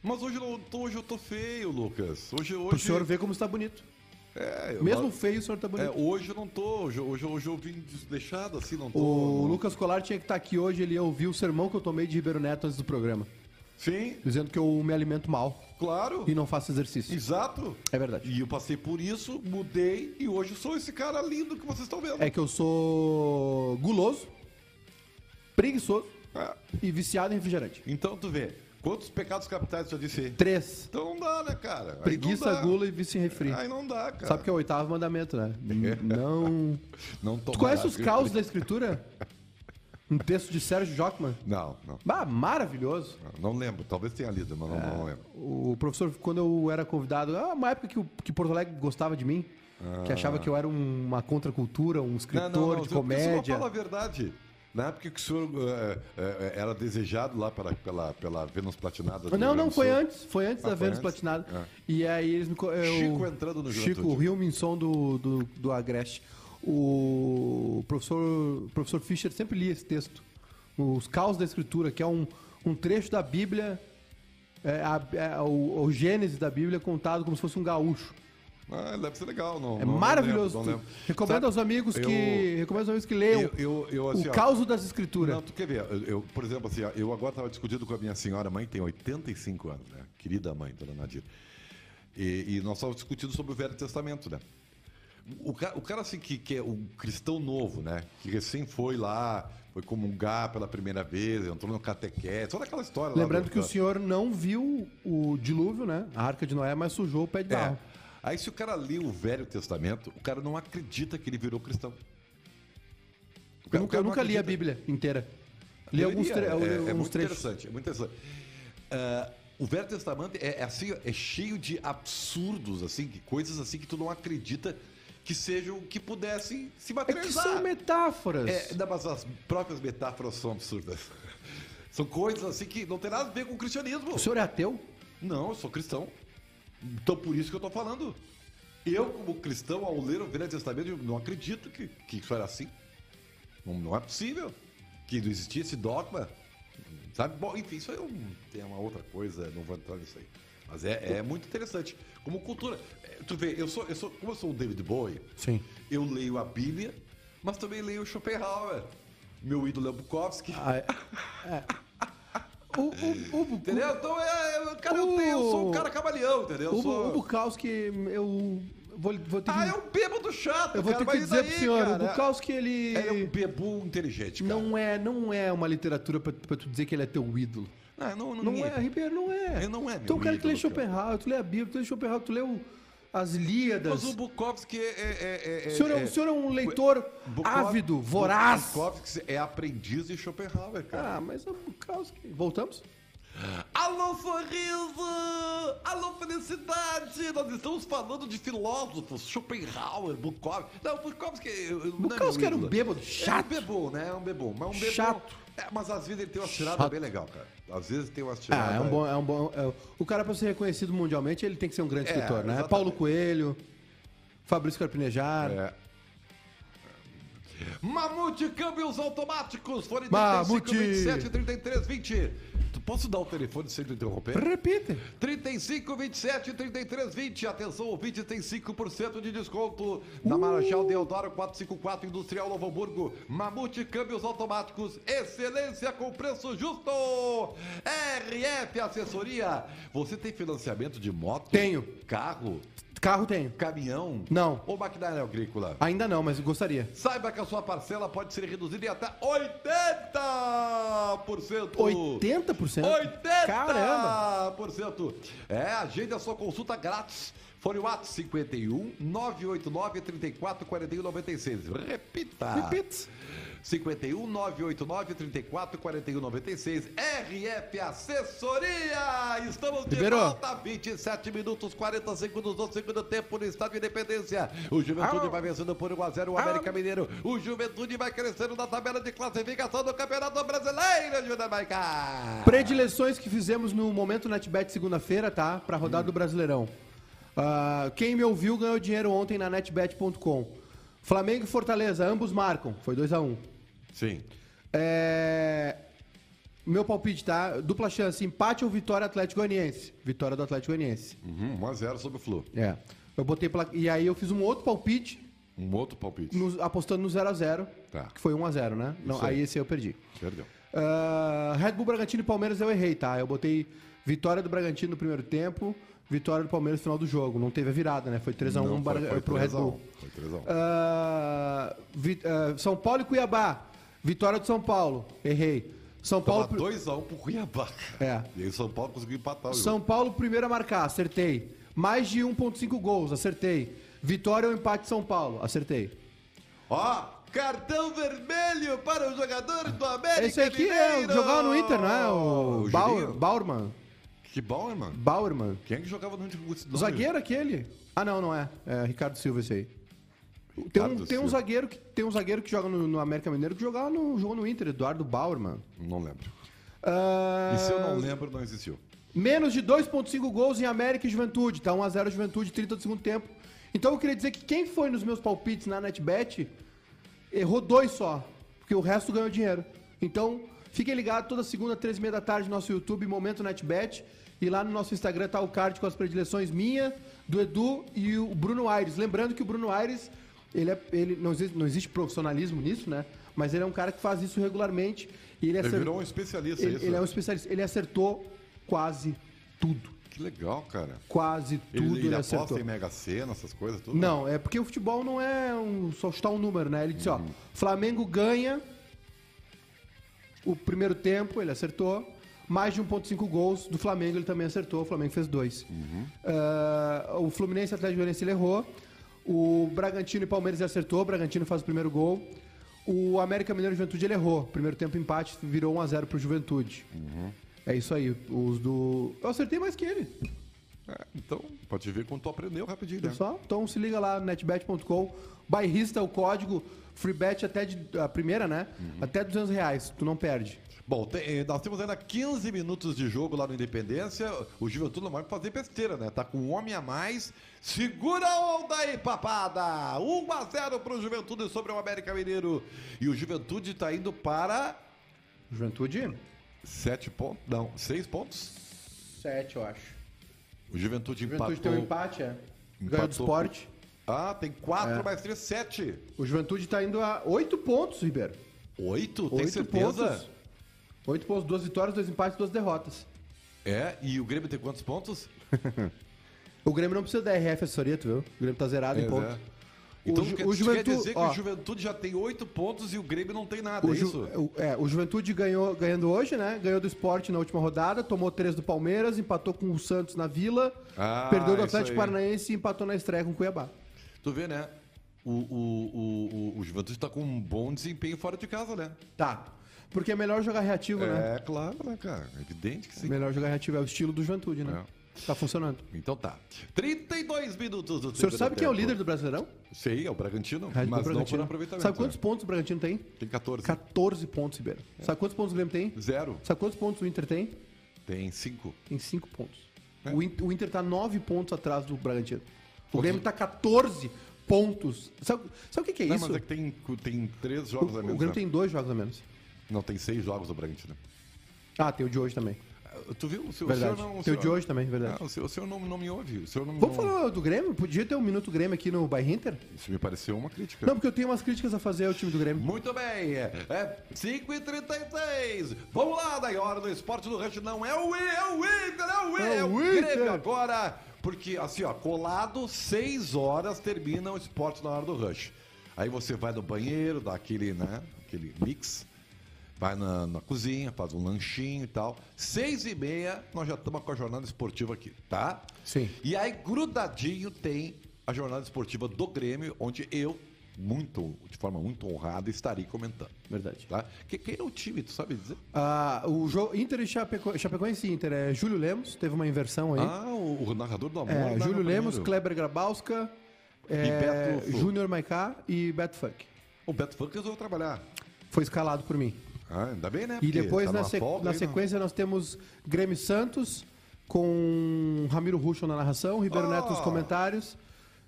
Mas hoje eu, não tô, hoje eu tô feio, Lucas. Hoje, hoje... Pro senhor ver como está bonito. É, eu... Mesmo feio, o senhor tá bonito. É, hoje eu não tô, hoje, hoje, hoje eu vim desleixado assim, não tô... O não... Lucas Colar tinha que estar aqui hoje, ele ia ouvir o sermão que eu tomei de Ribeiro Neto antes do programa. Sim. Dizendo que eu me alimento mal. Claro. E não faço exercício. Exato. É verdade. E eu passei por isso, mudei e hoje eu sou esse cara lindo que vocês estão vendo. É que eu sou guloso, preguiçoso É. e viciado em refrigerante. Então tu vê, quantos pecados capitais tu já disse? Três. Então não dá, né, cara? Aí Preguiça, não dá. gula e vício em refri. Aí não dá, cara. Sabe que é o oitavo mandamento, né? Não... Não Tu conhece os causos da escritura? Um texto de Sérgio Jockman? Não, não. Ah, maravilhoso. Não lembro. Talvez tenha lido, mas não, não lembro. O professor, quando eu era convidado, é uma época que, o, que Porto Alegre gostava de mim, que achava que eu era um- uma contracultura, um escritor Não, não, não. de Se eu- comédia. Se eu falar a verdade, na época que o senhor eh, eh, era desejado lá pela, pela, pela Vênus Platinada... do Não, Rio não, Grande do foi Sul. antes. Foi antes Ah, da foi Vênus antes? Platinada. É. E aí eles me. co- eu- Chico entrando no Chico, Juventude. o Rio Minson do, do, do Agreste. O professor, o professor Fischer sempre lia esse texto. Os Caos da Escritura, que é um, um trecho da Bíblia, é, a- é, o, o Gênesis da Bíblia contado como se fosse um gaúcho. Ah, deve ser legal. Não, É não- não maravilhoso. lembro, não lembro. Recomendo Sabe, aos amigos eu- que. Recomendo aos amigos que leiam Eu, eu, eu, assim, o ó, Caos das Escrituras. Não, tu quer ver? Eu, eu, por exemplo, assim, ó, eu agora estava discutindo com a minha senhora mãe, tem oitenta e cinco anos, né? Querida mãe, dona Nadir. E, e nós estávamos discutindo sobre o Velho Testamento, né? O cara, o cara assim, que, que é um cristão novo, né? Que recém foi lá, foi comungar pela primeira vez, entrou no catequese, toda aquela história lá. Lembrando do- que o da- senhor não viu o dilúvio, né? A Arca de Noé, mas sujou o pé de barro. É. Aí se o cara lê o Velho Testamento, o cara não acredita que ele virou cristão. O Eu cara- o nunca, cara eu não nunca li a acredita. Bíblia inteira. Li alguns, tre é, eu li é, é alguns muito trechos. interessante, é muito interessante. Ah, o Velho Testamento é, é assim, é cheio de absurdos, assim, que coisas assim que tu não acredita que sejam, que pudessem se É que materializar. são metáforas. É, não, mas as próprias metáforas são absurdas. São coisas assim que não tem nada a ver com o cristianismo. O senhor é ateu? Não, eu sou cristão. Então por isso que eu tô falando. Eu, como cristão, ao ler o Velho Testamento, eu não acredito que, que isso era assim. Não, não é possível que não existia esse dogma. Sabe? Bom, enfim, isso aí é um, tem uma outra coisa, não vou entrar nisso aí. Mas é, é muito interessante. Como cultura. É, tu vê, eu sou, eu sou, como eu sou o David Bowie, Sim. eu leio a Bíblia, mas também leio o Schopenhauer. Meu ídolo é Bukowski. Ah, é. É. O, o, o, Entendeu? Então, é, é, cara, eu, O- tenho, eu sou um cara camaleão, entendeu? Eu o, sou... o Bukowski, eu vou, vou ter que... Ah, é um bêbado chato, eu vou cara, ter que mas dizer daí, pro senhor, cara, o Bukowski, ele... Ele é um bebu inteligente, cara. Não é, não é uma literatura pra, pra tu dizer que ele é teu ídolo. Não, não, não, Não é, Ribeiro, não é. Ele não é meu Então o cara que lê ídolo, cara. Schopenhauer, tu lê a Bíblia, tu lê Schopenhauer, tu lê o- as Ilíadas. Mas o Bukowski é... é, é, O senhor é, o senhor é um leitor Bukowski- ávido, voraz. Bukowski é aprendiz de Schopenhauer, cara. Ah, mas o Bukowski... Voltamos? Alô, sorriso! Alô, felicidade! Nós estamos falando de filósofos, Schopenhauer, Bukowski. Não, Bukowski... eu- eu- não é Bukowski meu era um ídolo. bêbado É um chato. bebô, né? É um bebô. Mas um bebô... Chato. É, mas às vezes ele tem uma tirada Chato. bem legal, cara. Às vezes tem umas tiradas... Ah, é um bom... É um bom é, o cara, pra ser reconhecido mundialmente, ele tem que ser um grande É, escritor, né? exatamente. Paulo Coelho, Fabrício Carpinejar... É. Mamute Câmbios Automáticos, fone Mamute. trinta e cinco, vinte e sete, trinta e três, vinte. Tu posso dar o telefone sem tu interromper? Repite. trinta e cinco, vinte e sete, trinta e três, vinte. Atenção, ouvinte, tem cinco por cento de desconto na Marechal Deodoro quatrocentos e cinquenta e quatro, Industrial Novo Hamburgo. Mamute Câmbios Automáticos, excelência com preço justo. R F Assessoria. Você tem financiamento de moto? Tenho. Carro? Carro tenho. Caminhão? Não. Ou maquinária agrícola? Ainda não, mas gostaria. Saiba que a sua parcela pode ser reduzida em até oitenta por cento. oitenta por cento? Caramba! oitenta por cento. É, agende a sua consulta grátis. Fone WhatsApp cinquenta e um, nove oito nove, trinta e quatro, quarenta e um, noventa e seis. Repita. Repita. cinquenta e um, nove oito nove, trinta e quatro, quarenta e um, noventa e seis. R F Assessoria. Estamos de Liberou. volta. vinte e sete minutos, quarenta segundos do segundo tempo no Estado de Independência. O Juventude Au. vai vencendo por um a zero o Au. América Mineiro. O Juventude vai crescendo na tabela de classificação do Campeonato Brasileiro de Jamaica. Predileções que fizemos no Momento NetBet segunda-feira, tá? Pra rodada do Brasileirão. Ah, quem me ouviu ganhou dinheiro ontem na netbet ponto com. Flamengo e Fortaleza, ambos marcam. Foi dois a um. Sim. É... Meu palpite, tá? Dupla chance, empate ou vitória Atlético Goianiense? Vitória do Atlético Goianiense. Uhum, um a zero sobre o Flu. É. Eu botei pla... E aí eu fiz um outro palpite, Um outro palpite. no- apostando no zero a zero, Tá. que foi um a zero, né? Não, Isso aí. aí esse eu perdi. Perdeu. Ah, Red Bull, Bragantino e Palmeiras eu errei, tá? Eu botei vitória do Bragantino no primeiro tempo, vitória do Palmeiras no final do jogo. Não teve a virada, né? Foi três a um Não, foi- foi pro Red três a um. Bull. Foi três a um. Ah, vi- ah, São Paulo e Cuiabá. Vitória do São Paulo. Errei. São Paulo. Tava dois a um pro Cuiabá. É. E aí o São Paulo conseguiu empatar o jogo. São Paulo primeiro a marcar, acertei. Mais de um ponto cinco gols, acertei. Vitória ou empate de São Paulo, acertei. Ó, cartão vermelho para o jogador do América Esse aqui é o jogava no Inter, não é? O, O Bauer, Juninho? Bauerman. Que bom, irmão. Bauerman. Quem é que jogava no Inter com esse O nome? zagueiro aquele? Ah, não, não é. É Ricardo Silva esse aí. Tem um, Ricardo tem um Silva. zagueiro que tem um zagueiro que joga no, no América Mineiro que jogava no, jogou no Inter, Eduardo Bauerman. Não lembro. Ah, E se eu não lembro, não existiu. Menos de dois ponto cinco gols em América e Juventude. Tá um a zero Juventude, trinta do segundo tempo. Então eu queria dizer que quem foi nos meus palpites na NetBet errou dois só. Porque o resto ganhou dinheiro. Então, fiquem ligados toda segunda, três e meia da tarde no nosso YouTube, Momento NetBet. E lá no nosso Instagram tá o card com as predileções minha, do Edu e o Bruno Aires. Lembrando que o Bruno Aires, ele, é, ele não, existe, não existe profissionalismo nisso, né? Mas ele é um cara que faz isso regularmente. E ele Ele acertou- virou um especialista, ele, isso? ele é um especialista. Ele acertou quase tudo. Que legal, cara. Quase tudo Ele, ele, ele aposta acertou. em Mega Sena, essas coisas, tudo? Não, é porque o futebol não é um, só chutar um número, né? Ele disse, ó, Flamengo ganha o primeiro tempo, ele acertou. Mais de um ponto cinco gols do Flamengo, ele também acertou. O Flamengo fez dois. Ah, o Fluminense e Atlético Goianiense ele errou. O Bragantino e Palmeiras ele acertou. O Bragantino faz o primeiro gol. O América Mineiro e Juventude ele errou. Primeiro tempo empate, virou um a zero pro Juventude. É isso aí. Os do... Eu acertei mais que ele. É, então, pode ver como tu aprendeu rapidinho, né? Pessoal, então se liga lá, netbet ponto com. Bairrista, o código, freebet até de, a primeira, né? Até duzentos reais, tu não perde. Bom, tem- nós temos ainda quinze minutos de jogo lá no Independência. O Juventude não vai fazer besteira, né? Tá com um homem a mais. Segura a onda aí, papada! um a zero pro Juventude sobre o América Mineiro. E o Juventude tá indo para Juventude? sete pontos. Não, seis pontos. Sete, eu acho. O Juventude empatou. Juventude tem um empate, é. Ganhou do empatou esporte. Ah, tem quatro É. mais três, sete. O Juventude tá indo a oito pontos, Ribeiro. Oito? Tem Oito certeza? pontos. Oito pontos, duas vitórias, dois empates, duas derrotas. É, e o Grêmio tem quantos pontos? O Grêmio não precisa da R F assessoria, tu viu? O Grêmio tá zerado em É, pontos. é. Então, Ju- quer, o isso quer Juventude- dizer que ó. o Juventude já tem oito pontos e o Grêmio não tem nada, O, é Ju- isso? o- é, o Juventude ganhou ganhando hoje, né? Ganhou do Sport na última rodada, tomou três do Palmeiras, empatou com o Santos na Vila, Ah, perdeu do isso Atlético aí. Paranaense e empatou na estreia com o Cuiabá. Tu vê, né? O, o, o, o, o Juventude tá com um bom desempenho fora de casa, né? Tá. Porque é melhor jogar reativo, né? É, claro, né, cara? É evidente que sim. Melhor jogar reativo, é o estilo do Juventude, né? Tá funcionando. Então tá. trinta e dois minutos do O senhor sabe quem é o líder do Brasileirão? Sei, é o Bragantino, Red Bull mas não Bragantino. por aproveitamento. Sabe quantos né? pontos o Bragantino tem? Tem quatorze. quatorze pontos, Ribeiro. Sabe quantos pontos o Grêmio tem? Zero. Sabe quantos pontos o Inter tem? Tem cinco. Tem cinco pontos. É. O, Inter, o Inter tá nove pontos atrás do Bragantino. O Quantos- Grêmio tá quatorze pontos. Sabe, sabe o que, que é Não, isso? mas é que tem, tem três o, jogos a o menos. Grêmio né? tem dois jogos a menos. Não, tem seis jogos do Bragantino. Ah, tem o de hoje também. Tu viu? O senhor, Verdade. o senhor não, o Tem o senhor- de hoje também, verdade. Não, o senhor, o senhor não, não me ouve. O senhor não, Vamos não- falar do Grêmio? Podia ter um minuto Grêmio aqui no Bairro Inter? Isso me pareceu uma crítica. Não, porque eu tenho umas críticas a fazer ao time do Grêmio. Muito bem, é, é cinco e trinta e seis. Vamos lá, daí a hora do esporte do Rush. Não é o I, é o Inter, é o I, É é o o Inter. Grêmio agora. Porque, assim, ó, colado, seis horas termina o esporte na hora do Rush. Aí você vai no banheiro, dá aquele, né, aquele mix, vai na, na cozinha, faz um lanchinho e tal. Seis e meia, nós já estamos com a jornada esportiva aqui, tá? Sim. E aí, grudadinho, tem a jornada esportiva do Grêmio, onde eu, muito, de forma muito honrada, estarei comentando. Verdade. Tá? Que, quem é o time, tu sabe dizer? Ah, o jogo Inter e Chapeco... Chapecoense e Inter é Júlio Lemos, teve uma inversão aí. Ah, o, o narrador do amor. é, narra Júlio Lemos, primeiro. Kleber Grabowska, é, Beto Fu. Júnior Maiká e Beto Funk. O Beto Funk resolveu trabalhar. Foi escalado por mim. Ah, ainda bem, né? E Porque depois, tá na, numa se- folga na aí, sequência, nós temos Grêmio e Santos, com Ramiro Ruschel na narração, Ribeiro Oh! Neto nos comentários,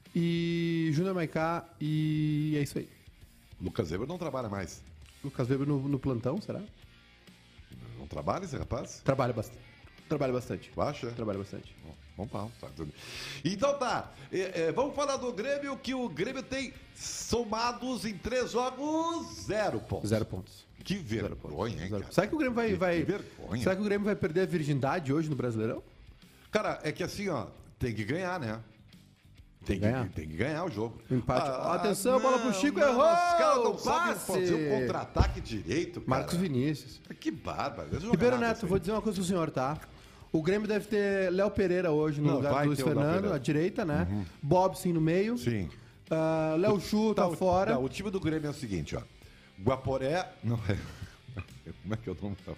e Júnior Maiká, e é isso aí. Lucas Weber não trabalha mais. Lucas Weber no, no plantão, será? Não trabalha esse rapaz? Trabalha bastante. Trabalha bastante. Baixa? Trabalha bastante. Bom, vamos lá. Tá tudo. Então tá, é, é, vamos falar do Grêmio, que o Grêmio tem somados em três jogos, zero pontos. Zero pontos. Que vergonha, hein, cara? Será que o Grêmio vai... Que, vai... que vergonha. Será que o Grêmio vai perder a virgindade hoje no Brasileirão? Cara, é que assim, ó, tem que ganhar, né? Tem que, Ganhar. tem que ganhar o jogo. Empate. Ah, Atenção, não, bola pro Chico, não, errou! Os caras não sabem Passe! fazer o contra-ataque direito, cara. Marcos Vinícius. Que bárbaro. Eles jogam Ribeiro nada, Neto, assim. vou dizer uma coisa pro senhor, tá? O Grêmio deve ter Léo Pereira hoje no Não, lugar vai do Luiz ter o Léo Fernando, Pereira. à direita, né? Bobson no meio. Sim. Ah, Léo Chu tá, o- fora. tá, o time do Grêmio é o seguinte, ó. Guaporé... Não é... Como é que é o nome da...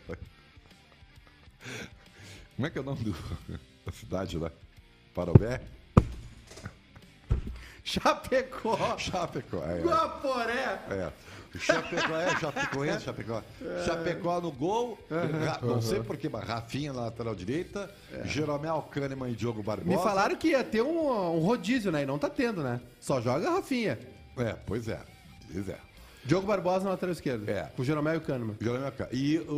Como é que é o nome do... da cidade lá? Parobé? Chapecó. Chapecó. É, Guaporé. é. Chapecó, é, Chapecó, é, Chapecó. Chapecó no gol. Ra- Não sei porquê, mas Rafinha na lateral direita. Jeromel, Kahneman e Diogo Barbosa. Me falaram que ia ter um, um rodízio, né? E não tá tendo, né? Só joga a Rafinha. É, pois é. Pois é. Diogo Barbosa na lateral esquerda. É. Com o Jeromel e o Kahneman. Jeromel Kahneman. E o...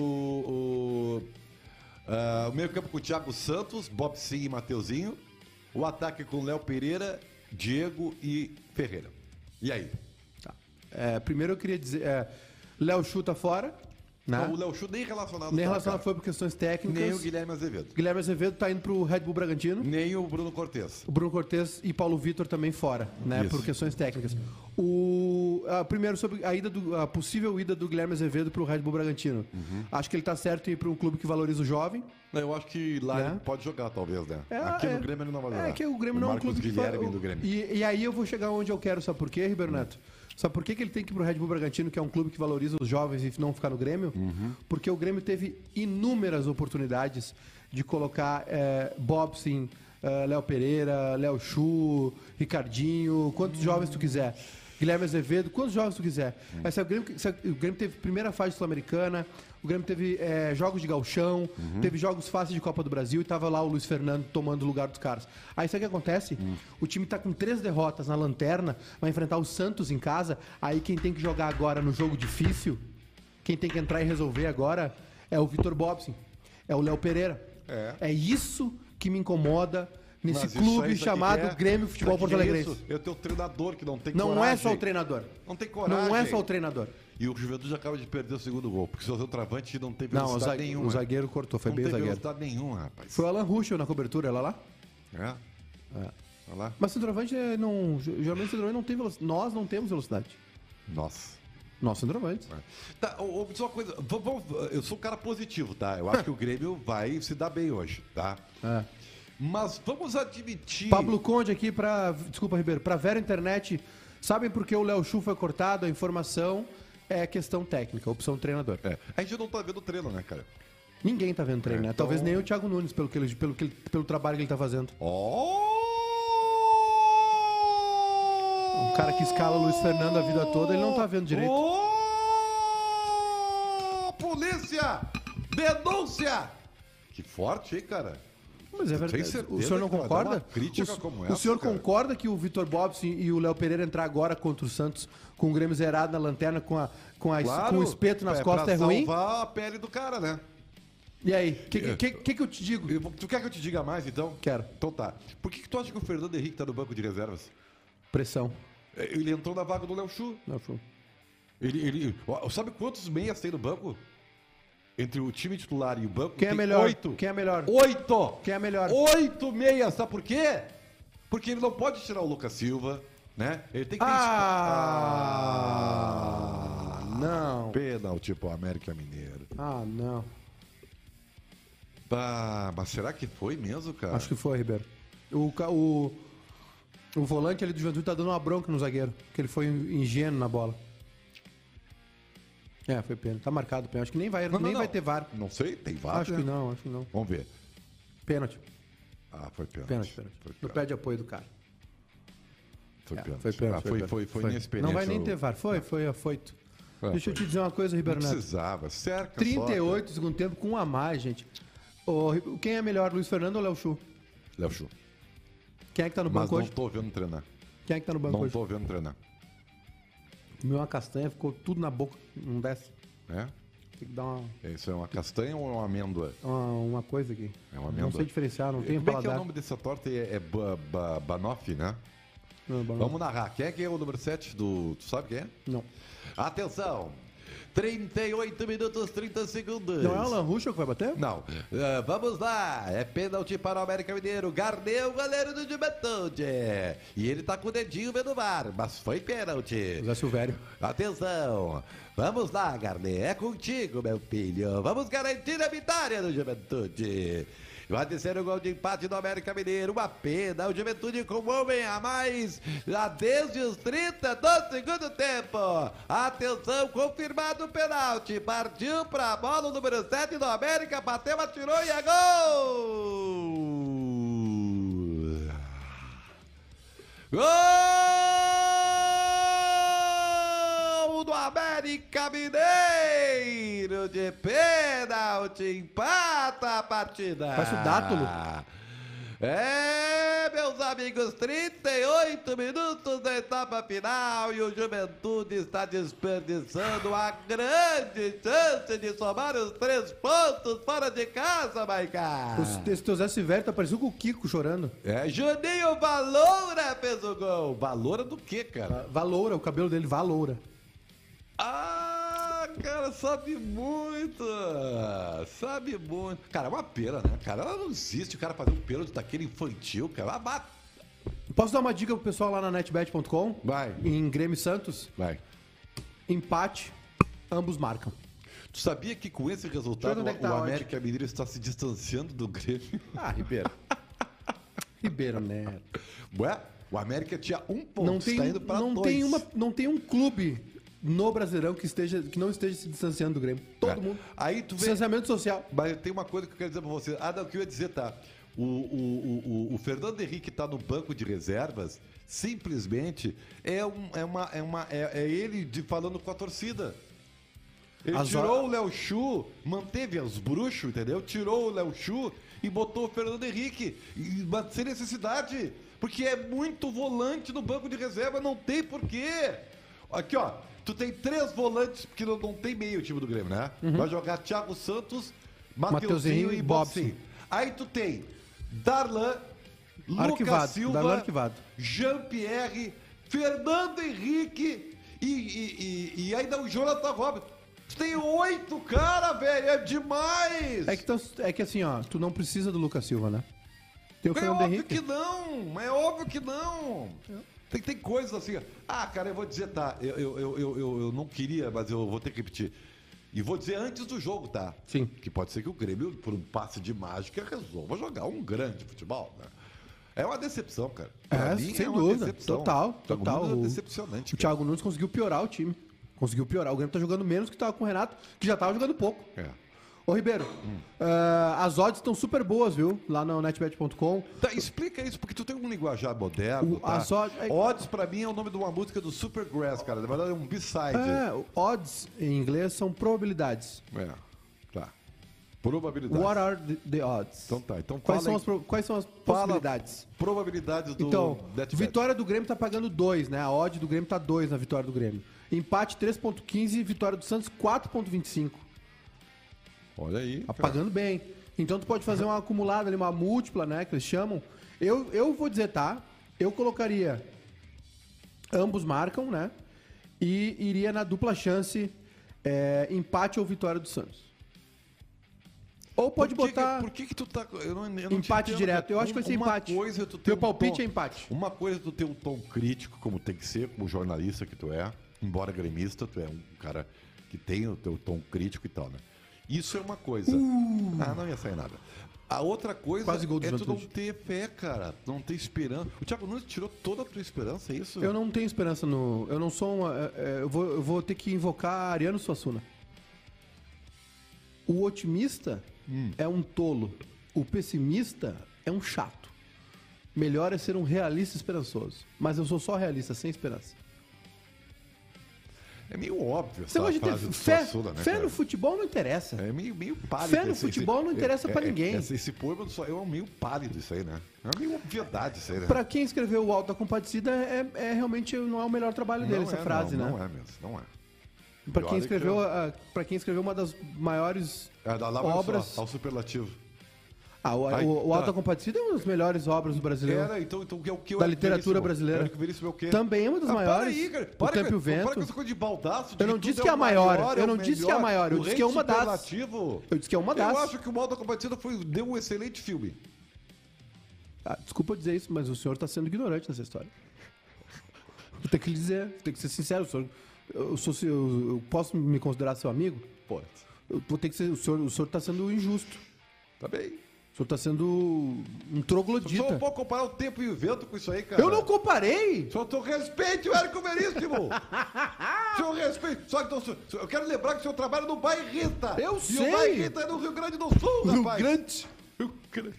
O, ah, o meio campo com o Thiago Santos, Bob Sim e Mateuzinho. O ataque com Léo Pereira, Diego e Ferreira. E aí? Tá. É, primeiro eu queria dizer... É, Léo Chu tá fora, né? Não, o Léo Chu nem relacionado Nem tá, relacionado cara. foi por questões técnicas. Nem o Guilherme Azevedo. Guilherme Azevedo tá indo pro Red Bull Bragantino. Nem o Bruno Cortes. O Bruno Cortes e Paulo Vitor também fora, né? Isso. Por questões técnicas. O, ah, primeiro, sobre a, ida do, a possível ida do Guilherme Azevedo pro Red Bull Bragantino. Uhum. Acho que ele tá certo em ir para um clube que valoriza o jovem. Eu acho que lá Né? ele pode jogar, talvez, né? É, Aqui é. no Grêmio ele não vai jogar. É que o Grêmio não é um Marcos clube Guilherme que... fa- do Grêmio. E, e aí eu vou chegar onde eu quero, sabe por quê, Ribeiro Neto? Sabe por que, que ele tem que ir pro Red Bull Bragantino, que é um clube que valoriza os jovens e não ficar no Grêmio? Uhum. Porque o Grêmio teve inúmeras oportunidades de colocar é, Bobson, é, Léo Pereira, Léo Chu, Ricardinho, quantos jovens tu quiser. Guilherme Azevedo, quantos jovens tu quiser. Uhum. Mas sabe, o, Grêmio, sabe, o Grêmio teve primeira fase sul-americana, o Grêmio teve é, jogos de gauchão, Uhum. teve jogos fáceis de Copa do Brasil e tava lá o Luiz Fernando tomando o lugar dos caras. Aí sabe o que acontece? Uhum. O time tá com três derrotas na lanterna, vai enfrentar o Santos em casa, aí quem tem que jogar agora no jogo difícil, quem tem que entrar e resolver agora é o Vitor Bobson, é o Léo Pereira. É. É isso que me incomoda nesse Mas isso clube aí, sabe chamado o que que é? Grêmio Futebol Sabe o Porto que que é Alegrense. isso? É o teu treinador que não tem Não coragem. é só o treinador. Não tem coragem. Não é só o treinador. E o Juventude acaba de perder o segundo gol, porque o seu travante não tem Não, o, velocidade zague- nenhuma. o zagueiro cortou, foi não bem o tem zagueiro. velocidade nenhuma, rapaz. Foi o Alan Ruschel na cobertura, ela lá? É? É. Olha lá. Mas centroavante é, não. Geralmente centroavante não tem velocidade. Nós não temos velocidade. Nossa. Nós centroavantes. Tá, ô, ô, só uma coisa. Vamos, vamos- eu sou um cara positivo, tá? Eu acho que o Grêmio vai se dar bem hoje, tá? É. Mas vamos admitir. Pablo Conde aqui pra. Desculpa, Ribeiro. Pra Vera Internet. Sabem por que o Léo Chu foi cortado? A informação é questão técnica, opção treinador. É, a gente não tá vendo o treino, né, cara? Ninguém tá vendo treino, né? Então- Talvez nem o Thiago Nunes, pelo, que ele, pelo, que ele- pelo trabalho que ele tá fazendo. Oh! Um cara que escala o Luiz Fernando a vida toda, ele não tá vendo direito. Oh! Polícia! Denúncia! Que forte, hein, cara? Mas é Tem verdade. certeza O senhor não que vai dar concorda? uma crítica o, como o essa, senhor cara? concorda que o Vitor Bobson e o Léo Pereira entrar agora contra o Santos com o Grêmio zerado na lanterna, com, a, com, a, com o espeto nas é costas pra é ruim? salvar a pele do cara, né? E aí, o que, que, que, que eu te digo? Eu- Tu quer que eu te diga mais, então? Quero. Então tá. Por que, que tu acha que o Fernando Henrique tá no banco de reservas? Pressão. Ele entrou na vaga do Léo Chu. Não, foi- Ele, ele, ó, sabe quantos meias tem no banco? Entre o time titular e o banco? Quem é tem melhor? Oito. Quem é melhor? Oito! Quem é melhor? Oito meias, sabe por quê? Porque ele não pode tirar o Lucas Silva, né? Ele tem que ter Ah, espa- não. Pênalti pro América Mineiro. Ah, não. Ah, mas será que foi mesmo, cara? Acho que foi, Ribeiro. O, ca- o, o volante ali do Juventude tá dando uma bronca no zagueiro, que ele foi ingênuo na bola. É, foi pênalti. Tá marcado o pênalti. Acho que nem vai, Não, não, nem não. vai ter V A R. Não sei, tem vaga. Acho que não, acho que não. Vamos ver. Pênalti. Ah, foi pênalti. Pênalti, pênalti. Foi No pênalti. pé de apoio do cara. Foi É, pênalti. foi pênalti. Ah, foi, pênalti. foi, foi inexperiência. Não vai nem o- ter V A R. Foi, foi afoito. É, Deixa eu foi. te dizer uma coisa, Ribeiro Não Neto. precisava, cerca trinta e só, oito segundo tempo com um a mais, gente. Ô, quem é melhor, Luiz Fernando ou Léo Chu? cara. Léo Chu. Quem é que tá no Mas banco não hoje? tô vendo treinar. Quem é que tá no banco Não hoje? tô vendo treinar. Comeu uma castanha, ficou tudo na boca. Não desce. É? Tem que dar uma, Isso é uma castanha ou é uma amêndoa? uma, uma coisa aqui. É uma amêndoa. Não sei diferenciar, não tenho Como é que é o paladar. nome dessa torta? É, é ba, ba, banoffee, né? Não, bom, Vamos narrar. Quem é que é o número sete do... Tu sabe quem é? não. Atenção! trinta e oito minutos, trinta segundos. Não é o Alan Ruschel que vai bater? Não. Uh, vamos lá. É pênalti para o América Mineiro. Garneu, goleiro do Juventude. E ele tá com o dedinho vendo o VAR, mas foi pênalti. Zé Silvério. Atenção. Vamos lá, Garnê. É contigo, meu filho. Vamos garantir a vitória do Juventude. Vai descer o gol de empate do América Mineiro. Uma pena. O Juventude com um homem a mais já desde os trinta do segundo tempo. Atenção, confirmado o pênalti. Partiu para a bola o número sete do América. Bateu, atirou e é gol! Gol do América Mineiro de pênalti, empata a partida. Parece o Dátulo. É, meus amigos, trinta e oito minutos da etapa final e o Juventude está desperdiçando a grande chance de somar os três pontos fora de casa, Maiká. Os- Esse teu Zé Silvério tá parecendo com o Kiko chorando. É, Juninho Valoura fez o gol. Valoura do quê, cara? Valoura, o cabelo dele valoura. Ah, cara, sabe muito. Sabe muito. Cara, é uma pena, né? Cara, ela não existe o cara fazer um pênalti daquele infantil, cara. Ah, bate. Posso dar uma dica pro pessoal lá na netbet ponto com? Vai. Em Grêmio e Santos, Vai. empate, ambos marcam. Tu sabia que com esse resultado Deixa eu ver onde é que o tá a América Mineiro está se distanciando do Grêmio? Ah, Ribeiro. Ribeiro Neto. Ué, o América tinha um ponto, Não tem, está indo para não, dois. tem uma, não tem um clube no Brasileirão que, esteja, que não esteja se distanciando do Grêmio. Todo É. mundo. Aí tu vê... Distanciamento social. Mas tem uma coisa que eu quero dizer pra você. Ah, não, o que eu ia dizer, tá? O, o, o, o- o Fernando Henrique tá no banco de reservas, simplesmente é, um, é, uma, é, uma, é, é ele de, falando com a torcida. Ele As tirou horas- o Léo Chu, manteve os bruxos, entendeu? Tirou o Léo Chu e botou o Fernando Henrique. E, mas sem necessidade, porque é muito volante no banco de reserva, não tem porquê. Aqui, ó, tu tem três volantes, porque não, não tem meio o time do Grêmio, né? Vai jogar Thiago Santos, Mateuzinho Mateuzinho e e Bobson. Bobson. Aí tu tem Darlan, Lucas Arquivado, Silva, Darlan arquivado. Jean-Pierre, Fernando Henrique e, e, e, e ainda o Jonathan Robert. Tu tem oito cara, velho, é demais! É que, tão- é que assim, ó, tu não precisa do Lucas Silva, né? Tem o É Fernando óbvio Henrique. que não, é óbvio que não. Tem, tem coisas assim. Ah, cara, eu vou dizer, tá, eu, eu, eu, eu, eu- eu não queria, mas eu vou ter que repetir. E vou dizer antes do jogo, tá? Sim. Que pode ser que o Grêmio, por um passe de mágica, resolva jogar um grande futebol, né? É uma decepção, cara. Pra É, mim, sem é uma dúvida. decepção. Total, O Thiago total. Nunes é O- decepcionante. O Thiago Nunes conseguiu piorar o time. Conseguiu piorar. O Grêmio tá jogando menos que tava com o Renato, que já tava jogando pouco. cara. É. Ô, Ribeiro, ah, as odds estão super boas, viu? Lá no netbet ponto com. Tá, explica isso, porque tu tem um linguajar moderno, O- tá? as odds- é- Odds, pra mim, é o nome de uma música do Supergrass, cara. Na verdade, é um B-side. É, o odds em inglês são probabilidades. É, tá. Probabilidade. What are the, the odds? Então tá, então quais, fala são aí. as, pro- quais são as Fala possibilidades? probabilidades do Então, NetBet. vitória do Grêmio tá pagando dois, né? A odd do Grêmio tá dois na vitória do Grêmio. Empate três ponto quinze, vitória do Santos quatro ponto vinte e cinco. Olha aí. Tá cara. pagando bem. Então tu pode fazer uma acumulada ali, uma múltipla, né? Que eles chamam. Eu, eu vou dizer, tá? Eu colocaria ambos marcam, né? E iria na dupla chance é, empate ou vitória do Santos. Ou pode Por que botar Que, por que que tu tá... Eu não, eu não te empate entendo, direto. cara. Eu acho que vai ser Uma empate. Coisa é tu ter Teu um palpite tom- é empate. Uma coisa é tu ter um tom crítico, como tem que ser, como jornalista que tu é. Embora gremista, tu é um cara que tem o teu tom crítico e tal, né? Isso é uma coisa. Ah, não ia sair nada. A outra coisa Uh. Quase gol do é tu não Juventude. ter fé, cara. Não ter esperança. O Thiago Nunes tirou toda a tua esperança, é isso? Eu não tenho esperança no. Eu não sou uma. é, é, eu, vou, eu vou ter que invocar Ariano Suassuna. O otimista Hum. é um tolo. O pessimista é um chato. Melhor é ser um realista esperançoso. Mas eu sou só realista, sem esperança. É meio óbvio Você essa pode ter frase do fé. Suassuna, né, fé cara? no futebol não interessa. É meio, meio pálido. Fé no esse- futebol esse- não interessa é- pra é- ninguém. Esse, esse poema só é um meio pálido isso aí, né? É uma meio obviedade isso aí, né? Pra quem escreveu o Alto da Compadecida, é, é realmente não é o melhor trabalho dele, Não essa é, frase, não, né? Não é mesmo, não é. Pra E quem, olha escreveu, que- a- pra quem escreveu uma das maiores É, dá lá, olha obras. só, ao superlativo. Ah, o, Ai, o, o tá. Alta Compadecida é uma das melhores obras do brasileiro. Era, então, então o que é o que Da o literatura Veríssimo? brasileira. Érico Veríssimo é o quê? Também é uma das Ah, maiores. Para aí, cara. O Para, Tempo e o cara. Vento. Para com essa coisa de baldaço. De Eu não que disse tudo que é o a maior, maior, eu é não o disse que é a melhor. maior, eu O disse que é rei uma das. superlativo. Eu disse que é uma das. Eu acho que o Alta Compadecida foi, deu um excelente filme. Ah, desculpa dizer isso, mas o senhor está sendo ignorante nessa história. Vou ter que lhe dizer, vou ter que ser sincero. O senhor, eu, sou, seu- eu, eu posso me considerar seu amigo? Pode. Eu vou ter que ser, o senhor o senhor está sendo injusto. Tá bem. O senhor está sendo um Só troglodita. não pode comparar o tempo e o vento com isso aí, cara. Eu não comparei! Só tu respeite o Érico Veríssimo! Senhor respeite. Só que então, eu quero lembrar que o senhor trabalha no Bairrita. Eu e sei. o Bairrita é no Rio Grande do Sul, Rio rapaz. Grande. Rio Grande.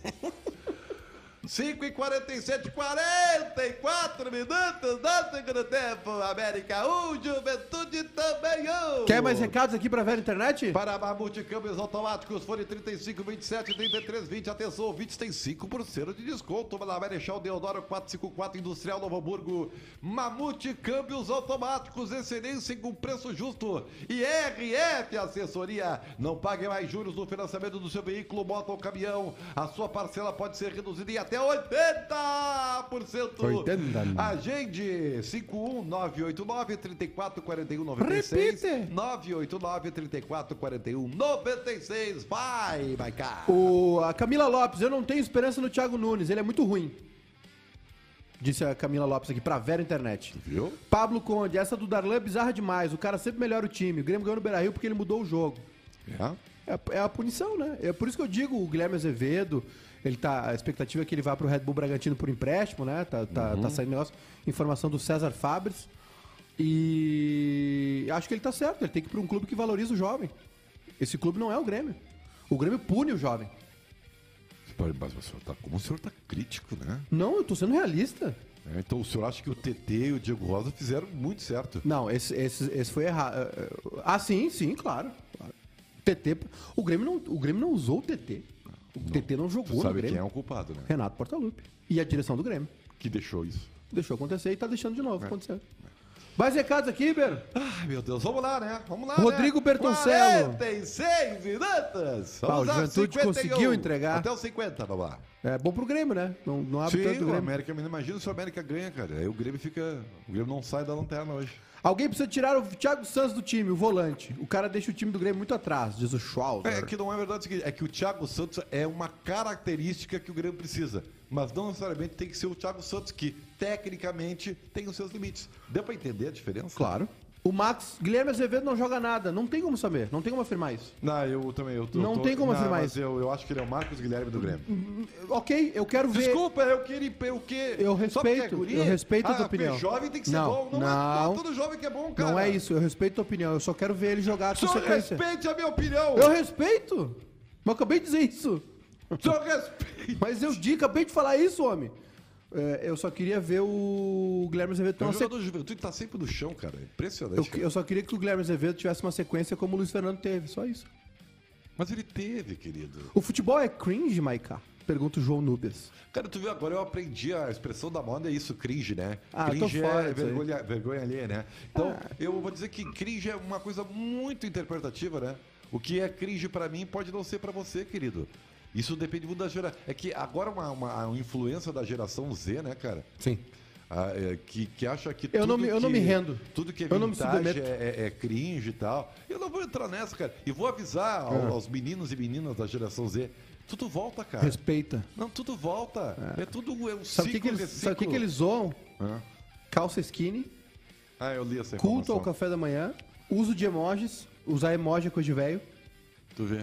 cinco e quarenta e sete, quarenta e quatro minutos do segundo tempo. América um, Juventude também um. Quer mais recados aqui pra velha internet? Para Mamute Câmbios Automáticos, fone trinta e cinco, vinte e sete, trinta e três, vinte. Atenção, ouvintes, tem cinco por cento de desconto. Na Marechal Deodoro quatrocentos e cinquenta e quatro, Industrial Novo Hamburgo. Mamute Câmbios Automáticos, excelência com preço justo. E R F Assessoria. Não pague mais juros no financiamento do seu veículo, moto ou caminhão. A sua parcela pode ser reduzida em até oitenta por cento. oitenta. Agende cinco um nove oito nove, três quatro quatro um, nove seis. Repite. nove oito nove, três quatro quatro um, nove seis. Vai, vai cá. O, a Camila Lopes, eu não tenho esperança no Thiago Nunes, ele é muito ruim. Disse a Camila Lopes aqui pra Vera Internet. Viu? Pablo Conde, essa do Darlan é bizarra demais. O cara sempre melhora o time. O Grêmio ganhou no Beira-Rio porque ele mudou o jogo. É. É, a- é a punição, né? É por isso que eu digo, o Guilherme Azevedo, ele tá, a expectativa é que ele vá pro Red Bull Bragantino por empréstimo, né? Tá, tá, tá saindo negócio, informação do César Fabres. E acho que ele tá certo, ele tem que ir pra um clube que valoriza o jovem. Esse clube não é o Grêmio. O Grêmio pune o jovem. Mas o senhor tá, como o senhor tá crítico, né? Não, eu tô sendo realista. É, então o senhor acha que o T T e o Diego Rosa fizeram muito certo. Não, esse, esse, esse foi errado. Ah, sim, sim, claro. claro. T T. O Grêmio não, o Grêmio não usou o T T. O T T não Tu jogou no sabe Grêmio. quem é o culpado, né? Renato Portaluppi. E a direção do Grêmio. Que deixou isso. Deixou acontecer e tá deixando de novo acontecer. Mais recados aqui, Ibero? Ai, meu Deus, vamos lá, né? Vamos lá, Rodrigo né? Bertoncello. quarenta e seis minutos. Ah, o Vamos lá, Juventude cinquenta e um. conseguiu entregar. Até os cinquenta, vamos lá. É bom pro Grêmio, né? Não, não abre tanto Sim, o o Grêmio. América, imagina se o América ganha, cara. Aí o Grêmio fica... O Grêmio não sai da lanterna hoje. Alguém precisa tirar o Thiago Santos do time, o volante. O cara deixa o time do Grêmio muito atrás, diz o Schwalzer. É que não é verdade o seguinte, é que o Thiago Santos é uma característica que o Grêmio precisa. Mas não necessariamente tem que ser o Thiago Santos, que tecnicamente tem os seus limites. Deu pra entender a diferença? Claro. O Max, Guilherme Azevedo não joga nada. Não tem como saber, não tem como afirmar isso. Não, eu também. Eu tô, Não tô- tem como não, afirmar mas isso. Eu, eu acho que ele é o Marcos Guilherme do Grêmio. Ok, eu quero ver. Desculpa, eu queria o quê? Eu Só porque é respeito, guri? eu respeito a tua Ah, porque opinião. jovem tem que ser Não, bom. Não, não. é todo jovem que é bom, cara. Não é isso, eu respeito a tua opinião. Eu só quero ver ele jogar com Só sequência. respeite a minha opinião. Eu respeito! Mas eu acabei de dizer isso. Só respeite. Mas eu digo, acabei de falar isso, homem. É, eu só queria ver o Guilherme Azevedo ter O uma jogador sequência. de juventude tá sempre no chão, cara. É impressionante. Eu, cara. eu só queria que o Guilherme Azevedo tivesse uma sequência como o Luiz Fernando teve, só isso. Mas ele teve, querido. O futebol é cringe, Maiká? Pergunta o João Núbias. Cara, tu viu, agora eu aprendi a expressão da moda, é isso, cringe, né? Ah, eu tô cringe fora é disso aí. vergonha, vergonha alheia, né? Então, Ah. eu vou dizer que cringe é uma coisa muito interpretativa, né? O que é cringe pra mim pode não ser pra você, querido. Isso depende muito da geração. É que agora uma, uma, uma influência da geração Z, né, cara? Sim. Ah, é, que, que acha que Eu tudo não me- eu não que- me rendo. Tudo que é Eu não me vintage submeto. é, é, é cringe e tal. Eu não vou entrar nessa, cara. E vou avisar ao- Ah. aos meninos e meninas da geração Z. Tudo volta, cara. Respeita. Não, tudo volta. É, tudo é um Sabe o que, ciclo, que eles, reciclo. sabe o que, que eles zoam? Hã? Calça skinny, Ah, eu li essa culto ao informação. café da manhã, uso de emojis, usar emoji é coisa de velho. Tu vê.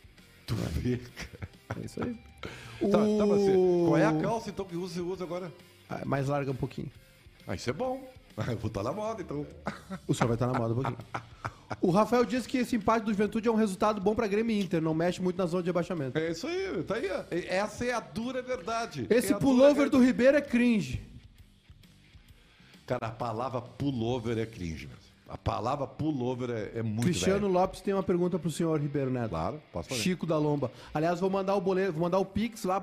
Tu vê, cara. É isso aí. Tá, O- tá, mas você- qual é a calça, então, que você usa agora? Ah, mais larga um pouquinho. Ah, isso é bom. Eu vou estar na moda, então. O senhor vai estar na moda um pouquinho. O Rafael diz que esse empate do Juventude é um resultado bom pra Grêmio e Inter, não mexe muito na zona de abaixamento. É isso aí, tá aí. ó. Essa é a dura verdade. Esse É a pullover dura do Ribeiro é cringe. Cara, a palavra pullover é cringe mesmo. A palavra pullover é, é muito Cristiano velho. Lopes tem uma pergunta pro senhor Ribeiro Neto. Claro, posso fazer. Chico da Lomba. Aliás, vou mandar o boleto, vou mandar o Pix lá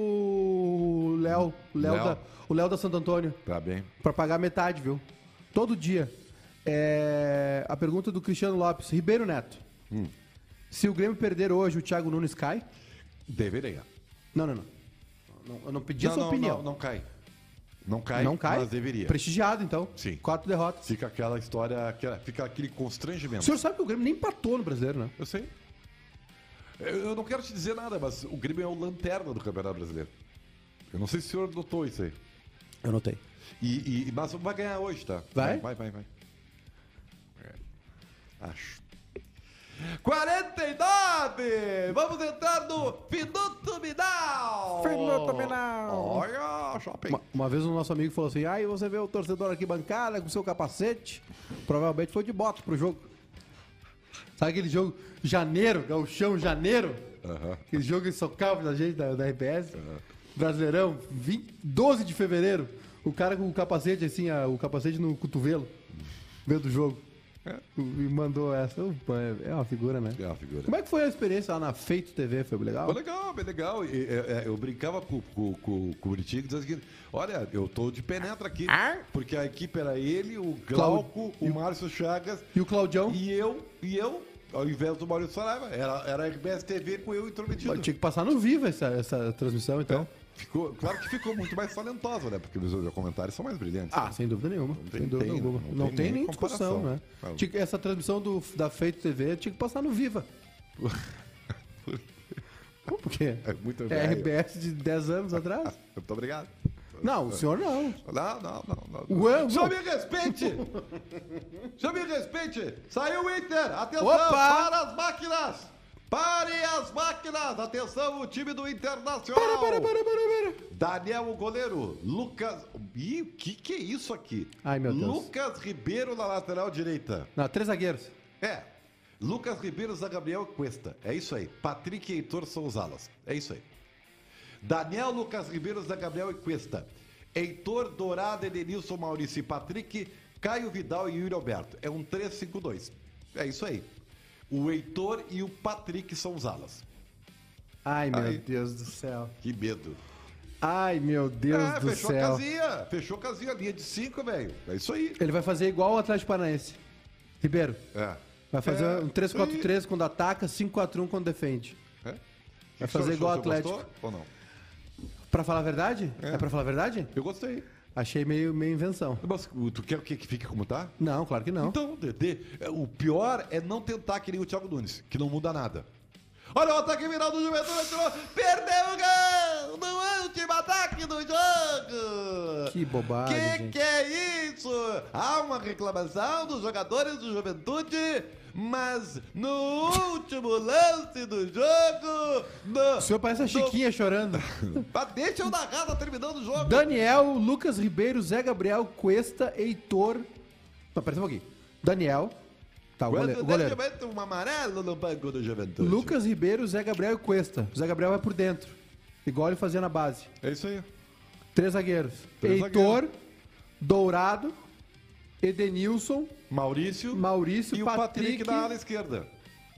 pro Léo, Léo Léo. da, o Léo da Santo Antônio, Tá bem. pra pagar metade, viu? Todo dia. É, a pergunta do Cristiano Lopes. Ribeiro Neto. Hum. Se o Grêmio perder hoje, o Thiago Nunes cai? Deveria. Não, não, não. não eu não pedi a Não, sua não, opinião. não, não cai. Não cai, Não cai? mas deveria. Prestigiado, então. Sim. Quatro derrotas. Fica aquela história, aquela- fica aquele constrangimento. O senhor sabe que o Grêmio nem empatou no Brasileiro, né? Eu sei. Eu, eu não quero te dizer nada, mas o Grêmio é o lanterna do Campeonato Brasileiro. Eu não sei se o senhor notou isso aí. Eu notei. E, e, mas vai ganhar hoje, tá? Vai? Vai, vai, vai. É. Acho. quarenta e nove! Vamos entrar no Minuto Minal! Minuto Minal! Olha, shopping. Uma, uma vez um nosso amigo falou assim, aí você vê o torcedor aqui bancada com seu capacete, provavelmente foi de bota pro jogo. Sabe aquele jogo janeiro, gauchão janeiro? Aham. Aquele jogo que socava da gente da, da R P S? Brasileirão, vinte, doze de fevereiro, o cara com o capacete assim, a- o capacete no cotovelo, vendo o jogo. E mandou essa. Uh, pô, é é uma figura, né? É uma figura. Como é que foi a experiência lá na Feito T V? Foi legal? Foi legal, bem legal. E, é, é, eu brincava com, com, com, com o Buritico dizendo o seguinte: olha, eu tô de penetra aqui. Ah? Porque a equipe era ele, o Glauco, E o o- Márcio Chagas E o Claudião? e eu, e eu, ao invés do Maurício Saraiva. Era, era a R B S T V com eu intrometido. Tinha que passar no vivo essa, essa transmissão, então. Ficou, claro que ficou muito mais talentosa, né? Porque os comentários são mais brilhantes. Ah, sem dúvida nenhuma. tem- sem dúvida tem, alguma. não Não, tem tem, nem nem discussão, comparação. né? Ah. Tinha que- essa transmissão do, da Feito T V tinha que passar no Viva. Como por quê? É muito É velho. R B S de dez anos atrás? Muito obrigado. Não, o senhor não. Não, não, não. não. Ué, ué. Senhor me respeite! Senhor me respeite! Saiu o Inter! Atenção! Opa! Para as máquinas! Parem as máquinas! Atenção, o time do Internacional! Para, para, para, para, para. Daniel, o goleiro. Lucas... Ih, o que que é isso aqui? Ai, meu Deus. Lucas Ribeiro na lateral direita. Não, três zagueiros. É. Lucas Ribeiro, Zé Gabriel Cuesta. É isso aí. Patrick e Heitor são os alas. É isso aí. Daniel, Lucas Ribeiro, Zé Gabriel e Cuesta. Heitor, Dourado, Edenilson, Maurício e Patrick. Caio Vidal e Yuri Alberto. É um três cinco dois. É isso aí. O Heitor e o Patrick são os alas. Ai, meu Ai. Deus do céu. Que medo. Ai, meu Deus É, do fechou a céu. casinha. Fechou a casinha. Linha de cinco, velho. É isso aí. Ele vai fazer igual o Atlético Paranaense. Ribeiro. É. Vai fazer É, um três quatro isso aí. três quando ataca, cinco quatro um quando defende. É. Vai O senhor fazer igual achou? O senhor Atlético. gostou ou não? Pra falar a verdade? É, É. pra falar a verdade? Eu gostei. Achei meio, meio invenção. Mas tu quer o que que fique como tá? Não, claro que não. Então, Dedê, é, o pior é não tentar que nem o Thiago Nunes, que não muda nada. Olha o ataque viral do Juventude, entrou, perdeu o gol no último ataque do jogo. Que bobagem, Que gente. que é isso? Há uma reclamação dos jogadores do Juventude, mas no último lance do jogo... No, O senhor parece a no- Chiquinha chorando. Mas deixa eu narrar, tá terminando o jogo. Daniel, Lucas Ribeiro, Zé Gabriel, Cuesta, Heitor... Não, pera um pouquinho. Daniel... Tá, o Quando goleiro. O goleiro. mete um amarelo no banco do Juventude. Lucas Ribeiro, Zé Gabriel e Cuesta. O Zé Gabriel vai por dentro. Igual ele fazia na base. É isso aí. Três zagueiros. Três Heitor, Dourado, Edenilson, Maurício, Maurício, e o Patrick na ala esquerda.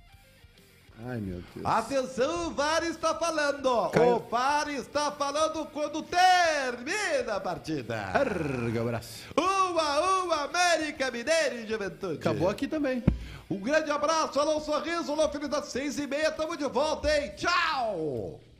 Ai, meu Deus. Atenção, o V A R está falando. Caiu. O V A R está falando quando termina a partida. Arga o braço. Um a um, América Mineiro e Juventude. Acabou aqui também. Um grande abraço, alô, sorriso, alô, filho das seis e meia. Tamo de volta, hein? Tchau!